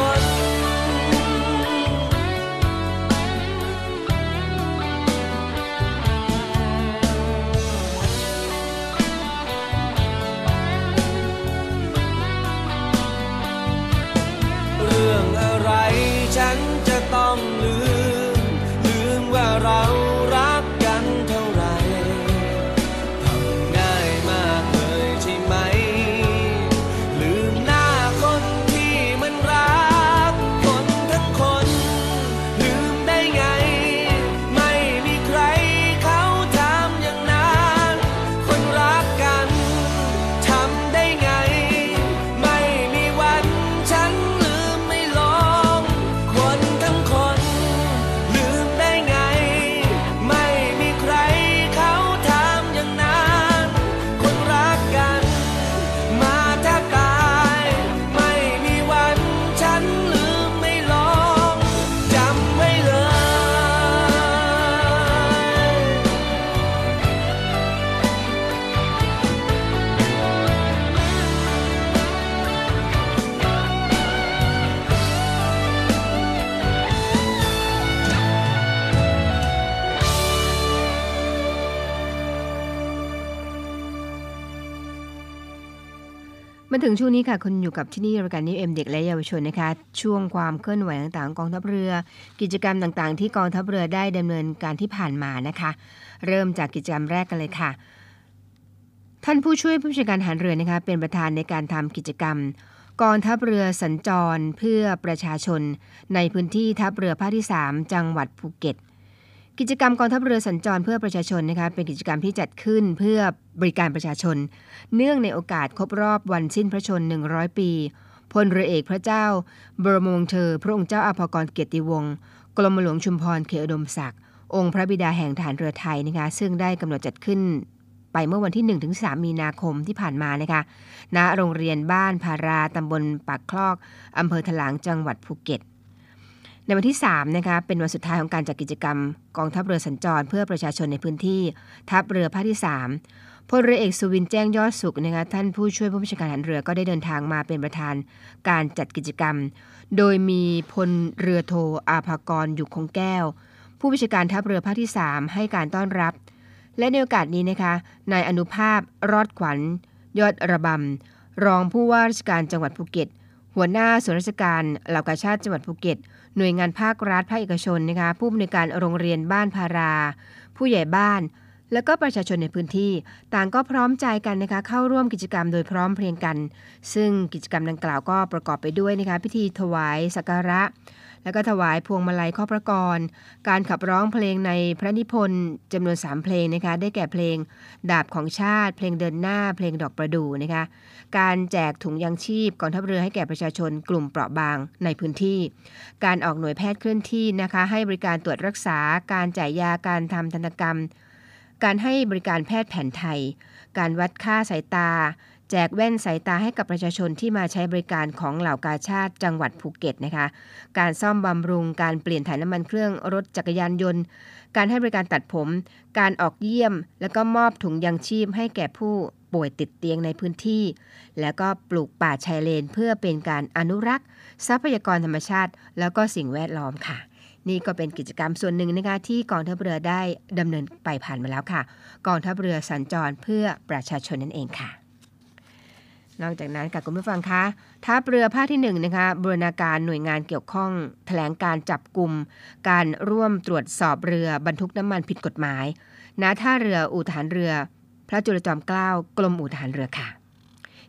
มาถึงช่วงนี้ค่ะคุณอยู่กับที่นี่รายการนิวเอ็มเด็กและเยาวชนนะคะช่วงความเคลื่อนไหวต่างๆกองทัพเรือกิจกรรมต่างๆที่กองทัพเรือได้ดำเนินการที่ผ่านมานะคะเริ่มจากกิจกรรมแรกกันเลยค่ะท่านผู้ช่วยผู้บัญชาการทหารเรือนะคะเป็นประธานในการทำกิจกรรมกองทัพเรือสัญจรเพื่อประชาชนในพื้นที่ทัพเรือภาคที่3จังหวัดภูเก็ตกิจกรรมกองทัพเรือสัญจรเพื่อประชาชนนะคะเป็นกิจกรรมที่จัดขึ้นเพื่อบริการประชาชนเนื่องในโอกาสครบรอบวันสิ้นพระชนม์100 ปีพลเรือเอกพระเจ้าบรมวงศ์เธอพระองค์เจ้าอาภากรเกียรติวงศ์กรมหลวงชุมพรเขตอุดมศักดิ์องค์พระบิดาแห่งทหารเรือไทยนะคะซึ่งได้กำหนดจัดขึ้นไปเมื่อวันที่ 1-3 มีนาคมที่ผ่านมานะคะณโรงเรียนบ้านพาราตำบลปากคลอกอำเภอถลางจังหวัดภูเก็ตในวันที่3นะคะเป็นวันสุดท้ายของการจัดกิจกรรมกองทัพเรือสัญจรเพื่อประชาชนในพื้นที่ทัพเรือภาคที่3พลเรือเอกสุวินแจ้งยอดสุขนะคะท่านผู้ช่วยผู้บัญชาการทหารเรือก็ได้เดินทางมาเป็นประธานการจัดกิจกรรมโดยมีพลเรือโทอาภากรอยู่คงแก้วผู้บัญชาการทัพเรือภาคที่3ให้การต้อนรับและในโอกาสนี้นะคะนายอนุภาพรอดขวัญยอดระบำรองผู้ว่าราชการจังหวัดภูเก็ตหัวหน้าส่วนราชการเหล่ากาชาติจังหวัดภูเก็ตหน่วยงานภาครัฐภาคเอกชนนะคะผู้อำนวยการโรงเรียนบ้านพาราผู้ใหญ่บ้านแล้วก็ประชาชนในพื้นที่ต่างก็พร้อมใจกันนะคะเข้าร่วมกิจกรรมโดยพร้อมเพรียงกันซึ่งกิจกรรมดังกล่าวก็ประกอบไปด้วยนะคะพิธีถวายสักการะแล้วก็ถวายพวงมาลัยข้อพระกรการขับร้องเพลงในพระนิพนธ์จำนวน3เพลงนะคะได้แก่เพลงดาบของชาติเพลงเดินหน้าเพลงดอกประดู่นะคะการแจกถุงยางชีพกองทัพเรือให้แก่ประชาชนกลุ่มเปราะบางในพื้นที่การออกหน่วยแพทย์เคลื่อนที่นะคะให้บริการตรวจรักษาการจ่ายยาการทำทันตกรรมการให้บริการแพทย์แผนไทยการวัดค่าสายตาแจกแว่นสายตาให้กับประชาชนที่มาใช้บริการของเหล่ากาชาติจังหวัดภูเก็ตนะคะการซ่อมบำรุงการเปลี่ยนถ่ายน้ำมันเครื่องรถจักรยานยนต์การให้บริการตัดผมการออกเยี่ยมแล้วก็มอบถุงยางชีพให้แก่ผู้ป่วยติดเตียงในพื้นที่แล้วก็ปลูกป่าชายเลนเพื่อเป็นการอนุรักษ์ทรัพยากรธรรมชาติแล้วก็สิ่งแวดล้อมค่ะนี่ก็เป็นกิจกรรมส่วนหนึ่งนะคะที่กองทัพเรือได้ดำเนินไปผ่านมาแล้วค่ะกองทัพเรือสัญจรเพื่อประชาชนนั่นเองค่ะนอกจากนั้นค่ะคุณผู้ฟังคะทัพเรือภาคที่1นะคะบูรณาการหน่วยงานเกี่ยวข้องแถลงการจับกุมการร่วมตรวจสอบเรือบรรทุกน้ำมันผิดกฎหมายณท่าเรืออู่ทหารเรือพระจุลจอมเกล้ากรมอู่ทหารเรือค่ะ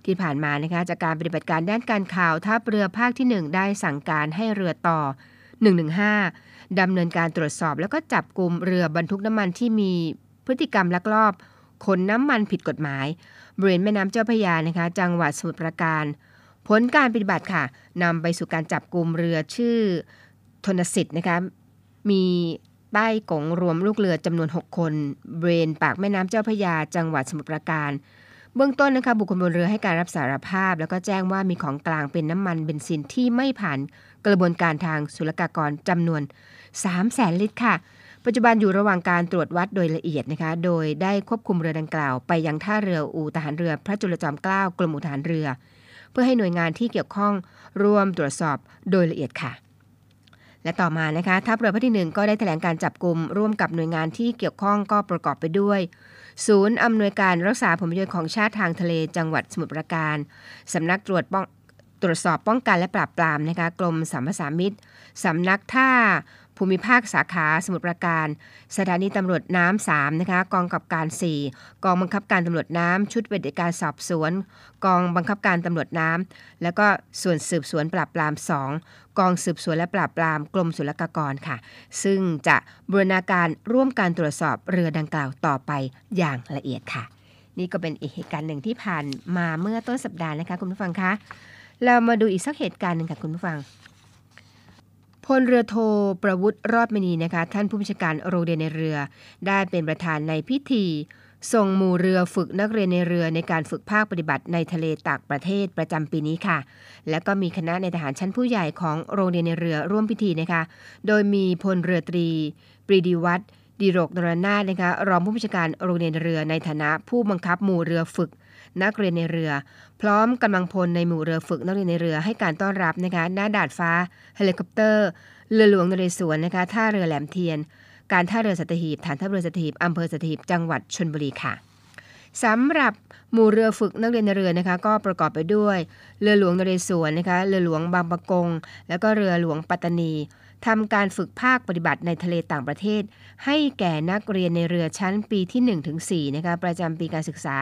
ที่ผ่านมานะคะจากการปฏิบัติการด้านการข่าวทัพเรือภาคที่ 1ได้สั่งการให้เรือต่อ115ดำเนินการตรวจสอบแล้วก็จับกุมเรือบรรทุกน้ำมันที่มีพฤติกรรมลักลอบขนน้ำมันผิดกฎหมายบริเวณแม่น้ำเจ้าพระยานะคะจังหวัดสมุทรปราการผลการปฏิบัติค่ะนำไปสู่การจับกุมเรือชื่อธนสิทธิ์นะคะมีใต้กงรวมลูกเรือจำนวน6คนบริเวณปากแม่น้ำเจ้าพระยาจังหวัดสมุทรปราการเบื้องต้นนะคะบุคคลบนเรือให้การรับสารภาพแล้วก็แจ้งว่ามีของกลางเป็นน้ำมันเบนซินที่ไม่ผ่านกระบวนการทางศุลกากรจำนวน 300,000 ลิตรค่ะปัจจุบันอยู่ระหว่างการตรวจวัดโดยละเอียดนะคะโดยได้ควบคุมเรือดังกล่าวไปยังท่าเรืออู่ทหารเรือพระจุลจอมเกล้ากรมอู่ทหารเรือเพื่อให้หน่วยงานที่เกี่ยวข้องร่วมตรวจสอบโดยละเอียดค่ะและต่อมานะคะทัพเรือภาคที่ 1ก็ได้แถลงการจับกุมร่วมกับหน่วยงานที่เกี่ยวข้องก็ประกอบไปด้วยศูนย์อำนวยการรักษาผลประโยชน์ของชาติทางทะเลจังหวัดสมุทรปราการสำนักตรวจสอบป้องกันและปราบปรามนะคะกรมสรรพสามิตสำนักท่าภูมิภาคสาขาสมุทรปราการสถานีตำรวจน้ำ3นะคะกองกำกับการ4กองบังคับการตำรวจน้ำชุดปฏิบัติการสอบสวนกองบังคับการตำรวจน้ำแล้วก็ส่วนสืบสวนปราบปราม2กองสืบสวนและปราบปรามกรมศุลกากรค่ะซึ่งจะบูรณาการร่วมการตรวจสอบเรือดังกล่าวต่อไปอย่างละเอียดค่ะนี่ก็เป็นอีกเหตุการณ์หนึ่งที่ผ่านมาเมื่อต้นสัปดาห์นะคะคุณผู้ฟังคะเรามาดูอีกสักเหตุการณ์หนึ่งค่ะคุณผู้ฟังพลเรือโทประวุฒิรอดมณีนะคะท่านผู้บัญชาการโรงเรียนในเรือได้เป็นประธานในพิธีส่งหมู่เรือฝึกนักเรียนในเรือในการฝึกภาคปฏิบัติในทะเลต่างประเทศประจำปีนี้ค่ะและก็มีคณะนายทหารชั้นผู้ใหญ่ของโรงเรียนในเรือร่วมพิธีนะคะโดยมีพลเรือตรีปรีดีวัฒน์ดิโรกนรนาถนะคะรองผู้บัญชาการโรงเรียนในเรือในฐานะผู้บังคับหมู่เรือฝึกนักเรียนในเรือพร้อมกำลังพลในหมู่เรือฝึกนักเรียนในเรือให้การต้อนรับนะคะหน้าดาดฟ้าเฮลิคอปเตอร์เรือหลวงนเรศวรนะคะท่าเรือแหลมเทียนการท่าเรือสัตหีบฐานทัพเรือสัตหีบอำเภอสัตหีบจังหวัดชลบุรีค่ะสำหรับหมู่เรือฝึกนักเรียนในเรือนะคะก็ประกอบไปด้วยเรือหลวงนเรศวรนะคะเรือหลวงบางปะกงแล้วก็เรือหลวงปัตตานีทำการฝึกภาคปฏิบัติในทะเลต่างประเทศให้แก่นักเรียนในเรือชั้นปีที่ 1-4 นะคะประจำปีการศึกษา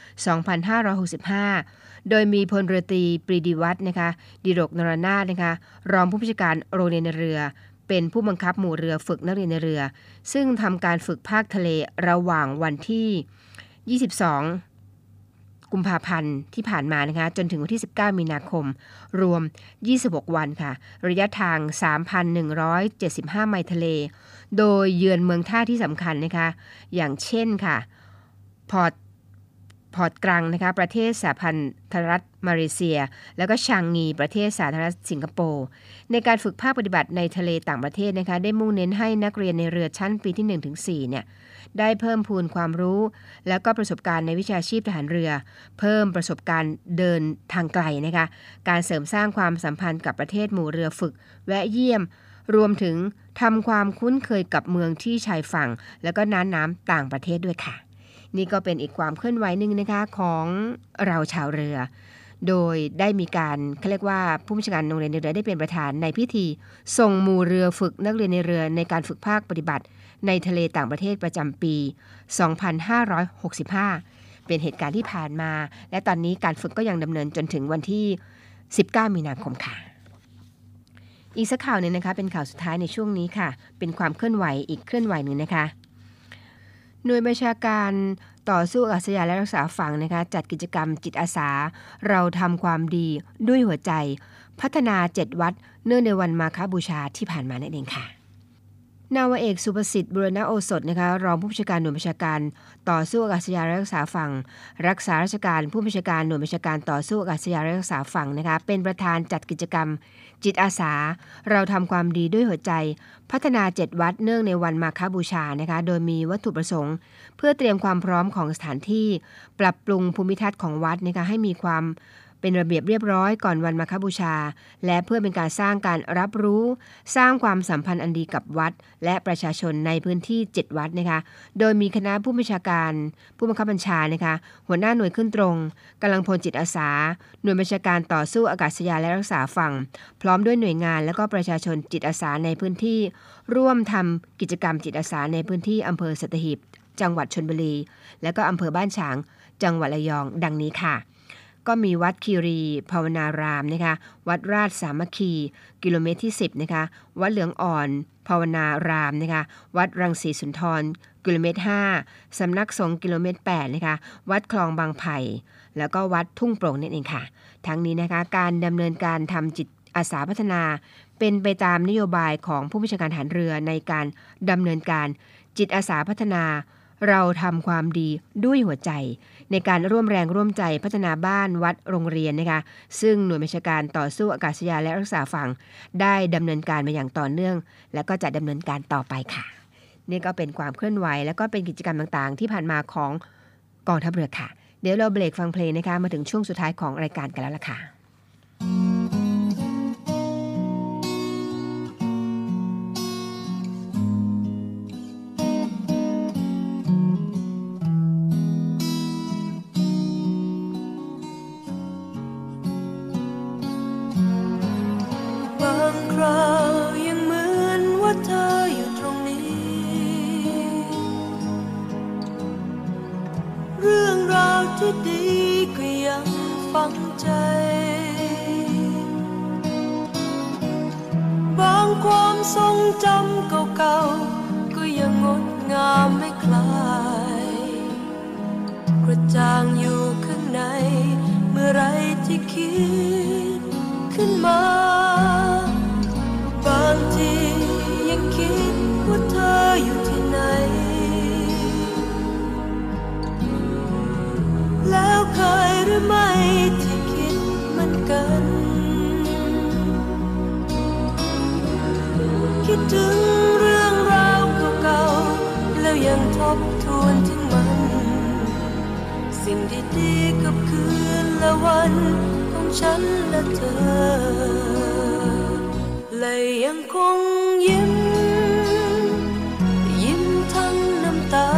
2565 โดยมีพลเรือตรีปรีดีวัฒน์นะคะดิโรกนรนาถนะคะรองผู้บัญชาการโรงเรียนในเรือเป็นผู้บังคับหมู่เรือฝึกนักเรียนในเรือซึ่งทำการฝึกภาคทะเลระหว่างวันที่ 22 กุมภาพันธ์ที่ผ่านมานะคะจนถึงวันที่ 19 มีนาคมรวม 26 วันค่ะระยะทาง 3,175 ไมล์ทะเลโดยเยือนเมืองท่าที่สำคัญนะคะอย่างเช่นค่ะพอร์ตกรังนะคะประเทศสหพันธรัฐมาเลเซียแล้วก็ชางงีประเทศสาธารณรัฐสิงคโปร์ในการฝึกภาคปฏิบัติในทะเลต่างประเทศนะคะได้มุ่งเน้นให้นักเรียนในเรือชั้นปีที่ 1-4 เนี่ยได้เพิ่มพูนความรู้แล้วก็ประสบการณ์ในวิชาชีพทหารเรือเพิ่มประสบการณ์เดินทางไกลนะคะการเสริมสร้างความสัมพันธ์กับประเทศหมู่เรือฝึกแวะเยี่ยมรวมถึงทำความคุ้นเคยกับเมืองที่ชายฝั่งแล้วก็น้ำต่างประเทศด้วยค่ะนี่ก็เป็นอีกความเคลื่อนไหวหนึ่งนะคะของเราชาวเรือโดยได้มีการเขาเรียกว่าผู้บัญชาการโรงเรียนในเรือได้เป็นประธานในพิธีส่งหมู่เรือฝึกนักเรียนในเรือในการฝึกภาคปฏิบัติในทะเลต่างประเทศประจำปี 2565 เป็นเหตุการณ์ที่ผ่านมาและตอนนี้การฝึกก็ยังดำเนินจนถึงวันที่ 19 มีนาคมค่ะอีกสักข่าวหนึ่งนะคะเป็นข่าวสุดท้ายในช่วงนี้ค่ะเป็นความเคลื่อนไหวอีกเคลื่อนไหวหนึ่งนะคะหน่วยบัญชาการต่อสู้อากาศยานและรักษาฝั่งนะคะจัดกิจกรรมจิตอาสาเราทำความดีด้วยหัวใจพัฒนา7วัดเนื่องในวันมาฆบูชาที่ผ่านมานั่นเองค่ะนาวาเอกสุประสิทธิ์บุรณโอสถนะคะรองผู้บัญชาการหน่วยบัญชาการต่อสู้อากาศยานและรักษาฝั่งรักษาราชการผู้บัญชาการหน่วยบัญชาการต่อสู้อากาศยานและรักษาฝั่งนะคะเป็นประธานจัดกิจกรรมจิตอาสาเราทำความดีด้วยหัวใจพัฒนา7วัดเนื่องในวันมาฆบูชานะคะโดยมีวัตถุประสงค์เพื่อเตรียมความพร้อมของสถานที่ปรับปรุงภูมิทัศน์ของวัดนะคะให้มีความเป็นระเบียบเรียบร้อยก่อนวันมาฆบูชาและเพื่อเป็นการสร้างการรับรู้สร้างความสัมพันธ์อันดีกับวัดและประชาชนในพื้นที่7วัดนะคะโดยมีคณะผู้บัญชาการผู้บังคับบัญชานะคะหัวหน้าหน่วยขึ้นตรงกำลังพลจิตอาสาหน่วยบัญชาการต่อสู้อากาศยานและรักษาฝั่งพร้อมด้วยหน่วยงานและก็ประชาชนจิตอาสาในพื้นที่ร่วมทำกิจกรรมจิตอาสาในพื้นที่อำเภอสัตหีบจังหวัดชลบุรีและก็อำเภอบ้านฉางจังหวัดระยองดังนี้ค่ะก็มีวัดคีรีภาวนารามนะคะวัดราชสามัคคีกิโลเมตรที่10นะคะวัดเหลืองอ่อนภาวนารามนะคะวัดรังสีสุนทรกิโลเมตร5สำนักสงฆ์กิโลเมตร8นะคะวัดคลองบางไผ่แล้วก็วัดทุ่งโปร่งนั่นเองค่ะทั้งนี้นะคะการดำเนินการทำจิตอาสาพัฒนาเป็นไปตามนโยบายของผู้บัญชาการทหารเรือในการดำเนินการจิตอาสาพัฒนาเราทำความดีด้วยหัวใจในการร่วมแรงร่วมใจพัฒนาบ้านวัดโรงเรียนนะคะซึ่งหน่วยบัญชาการต่อสู้อากาศยานและรักษาฝั่งได้ดำเนินการมาอย่างต่อเนื่องและก็จะดำเนินการต่อไปค่ะนี่ก็เป็นความเคลื่อนไหวและก็เป็นกิจกรรมต่างๆที่ผ่านมาของกองทัพเรือค่ะเดี๋ยวเราเบรกฟังเพลงนะคะมาถึงช่วงสุดท้ายของรายการกันแล้วล่ะค่ะที่ดีก็ยังฝังใจบางความทรงจำเก่าๆก็ยังงดงามไม่คลายกระจ่างอยู่ข้างในเมื่อไรที่คิดขึ้นมาบางทียังคิดว่าเธออยู่ที่ไหนแล้วเคยหรือไม่ที่คิดเหมือนกันคิดถึงเรื่องราวเก่าๆแล้วยังทบทวนถึงมันสิ่งดีๆกับคืนและวันของฉันและเธอและยังคงยิ้มทั้งน้ำตา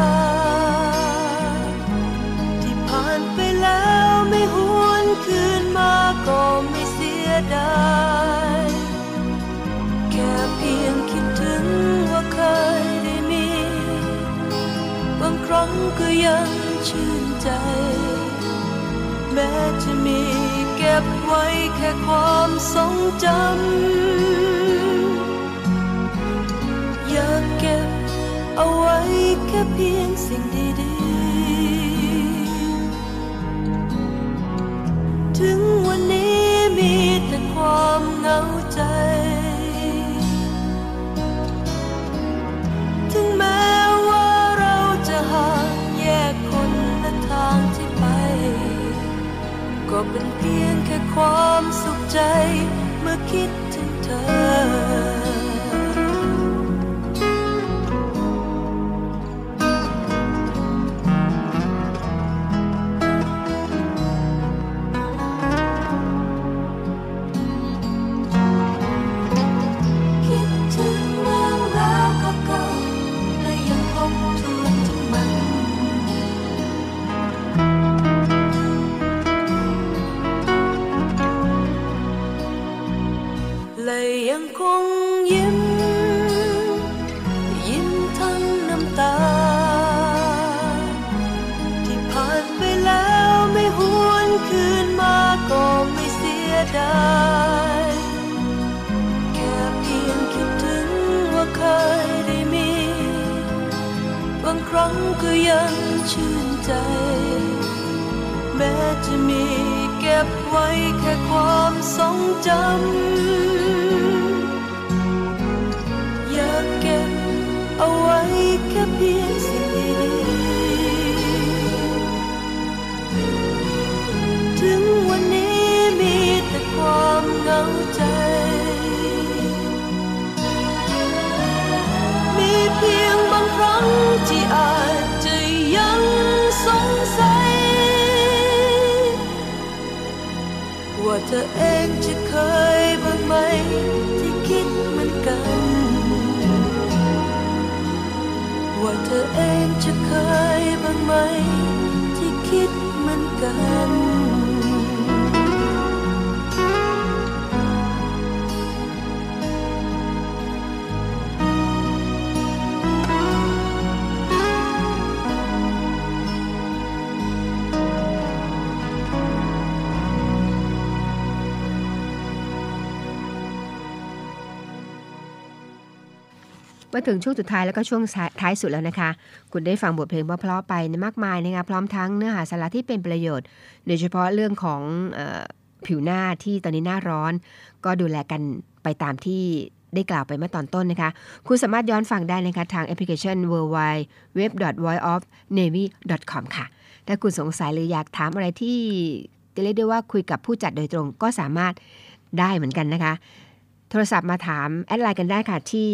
ไปแล้วไม่หวนคืนมาก็ไม่เสียดายแค่เพียงคิดถึงว่าเคยได้มีบางครั้งก็ยังชื่นใจแม้จะมีเก็บไว้แค่ความทรงจำอยากเก็บเอาไว้แค่เพียงสิ่งดีถึงวันนี้มีแต่ความเหงาใจถึงแม้ว่าเราจะห่างแยกคนละทางที่ไปก็เป็นเพียงแค่ความสุขใจเมื่อคิดถึงเธอยังคงยิ้มทั้งน้ำตาที่ผ่านไปแล้วไม่หวนคืนมาก็ไม่เสียดายแค่เพียงคิดถึงว่าเคยได้มีบางครั้งก็ยังชื่นใจแม้จะมีเก็บไว้แค่ความทรงจำอยากเก็บเอาไว้แค่เพียงสิ่งดีๆถึงวันนี้มีแต่ความเหงาใจมีเพียงบางครั้งที่อาจจะยังสงสัยว่าเธอเองจะเคยบ้างไหมที่คิดเหมือนกันว่าเธอเองจะเคยบ้างไหมที่คิดเหมือนกันมาถึงช่วงสุดท้ายแล้วก็ช่วงท้ายสุดแล้วนะคะคุณได้ฟังบทเพลงเพราะๆไปมากมายนะคะพร้อมทั้งเนื้อหาสาระที่เป็นประโยชน์โดยเฉพาะเรื่องของผิวหน้าที่ตอนนี้หน้าร้อนก็ดูแลกันไปตามที่ได้กล่าวไปเมื่อตอนต้นนะคะคุณสามารถย้อนฟังได้นะคะทางแอปพลิเคชัน www.voiceofnavy.com ค่ะถ้าคุณสงสัยหรืออยากถามอะไรที่จะเรียกได้ว่าคุยกับผู้จัดโดยตรงก็สามารถได้เหมือนกันนะคะโทรศัพท์มาถามแอดไลน์กันได้ค่ะที่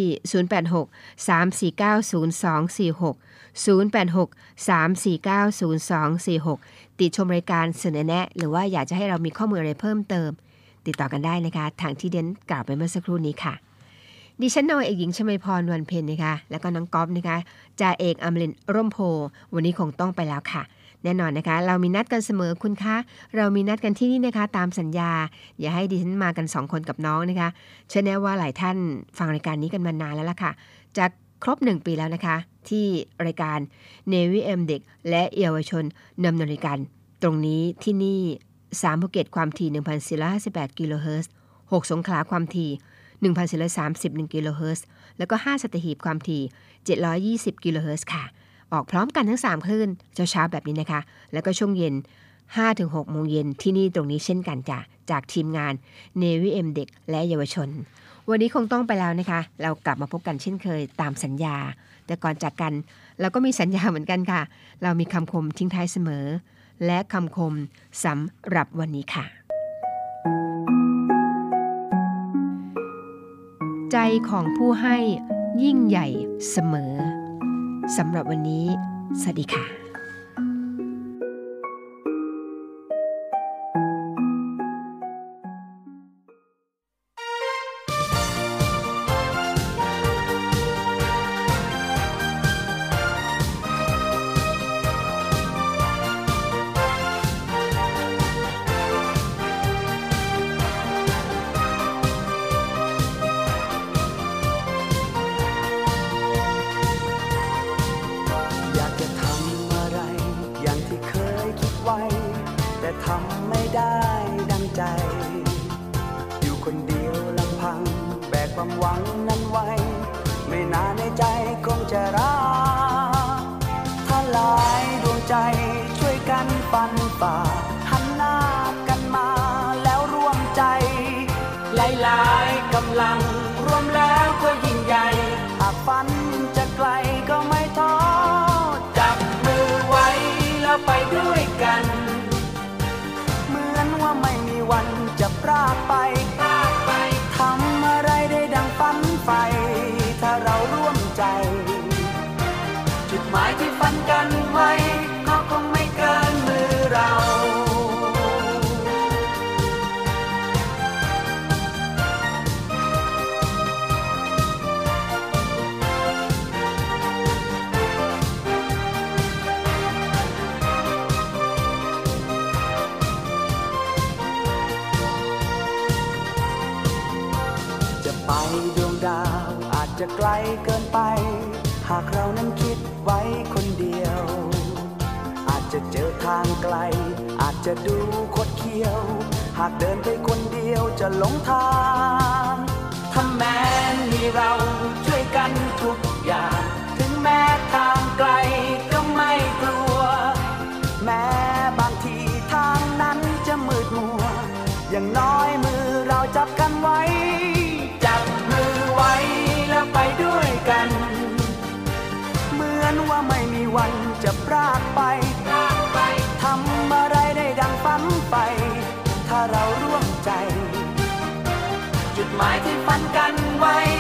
086-349-0246 ติชมรายการเสนอแนะหรือว่าอยากจะให้เรามีข้อมูลอะไรเพิ่มเติมติดต่อกันได้นะคะทางที่เดนกล่าวไปเมื่อสักครู่นี้ค่ะดิฉันนอยเอกหญิงชมาพรวันเพ็ญนะคะแล้วก็น้องก๊อฟนะคะจ่าเอกอมรินทร์ร่มโพวันนี้คงต้องไปแล้วค่ะแน่นอนนะคะเรามีนัดกันเสมอคุณคะเรามีนัดกันที่นี่นะคะตามสัญญาอย่าให้ดิฉันมากัน2คนกับน้องนะคะเชื่อแน่ว่าหลายท่านฟังรายการนี้กันมานานแล้วล่ะค่ะจะครบ1ปีแล้วนะคะที่รายการ Navy AM เด็กและเยาวชนดำเนินรายการตรงนี้ที่นี่3ภูเก็ตความถี่ 1,458 กิโลเฮิรตซ์6สงขลาความถี่ 1,431 กิโลเฮิรตซ์แล้วก็5สัตหีบความถี่720 กิโลเฮิรตซ์ค่ะออกพร้อมกันทั้ง3คลื่นเช้าๆแบบนี้นะคะแล้วก็ช่วงเย็น 5-6 โมงเย็นที่นี่ตรงนี้เช่นกันจ้ะจากทีมงาน Navy AM เด็กและเยาวชนวันนี้คงต้องไปแล้วนะคะเรากลับมาพบกันเช่นเคยตามสัญญาแต่ก่อนจากกันเราก็มีสัญญาเหมือนกันค่ะเรามีคำคมทิ้งท้ายเสมอและคำคมสำหรับวันนี้ค่ะใจของผู้ให้ยิ่งใหญ่เสมอสำหรับวันนี้สวัสดีค่ะจะไกลเกินไปหากเรานั้นคิดไว้คนเดียวอาจจะเจอทางไกลอาจจะดูคดเคี้ยวหากเดินไปคนเดียวจะหลงทางถ้าแม้มีเราช่วยกันทุกอย่างถึงแม้ทางไกลก็ไม่กลัวแม้บางทีทางนั้นจะมืดมัวอย่างน้อยมือเราจับกันไว้จับมือไว้แล้วไปด้วยกันเหมือนว่าไม่มีวันจะพรากไปทำอะไรได้ดังฝันไปถ้าเราร่วมใจจุดหมายที่ฝันกันไว้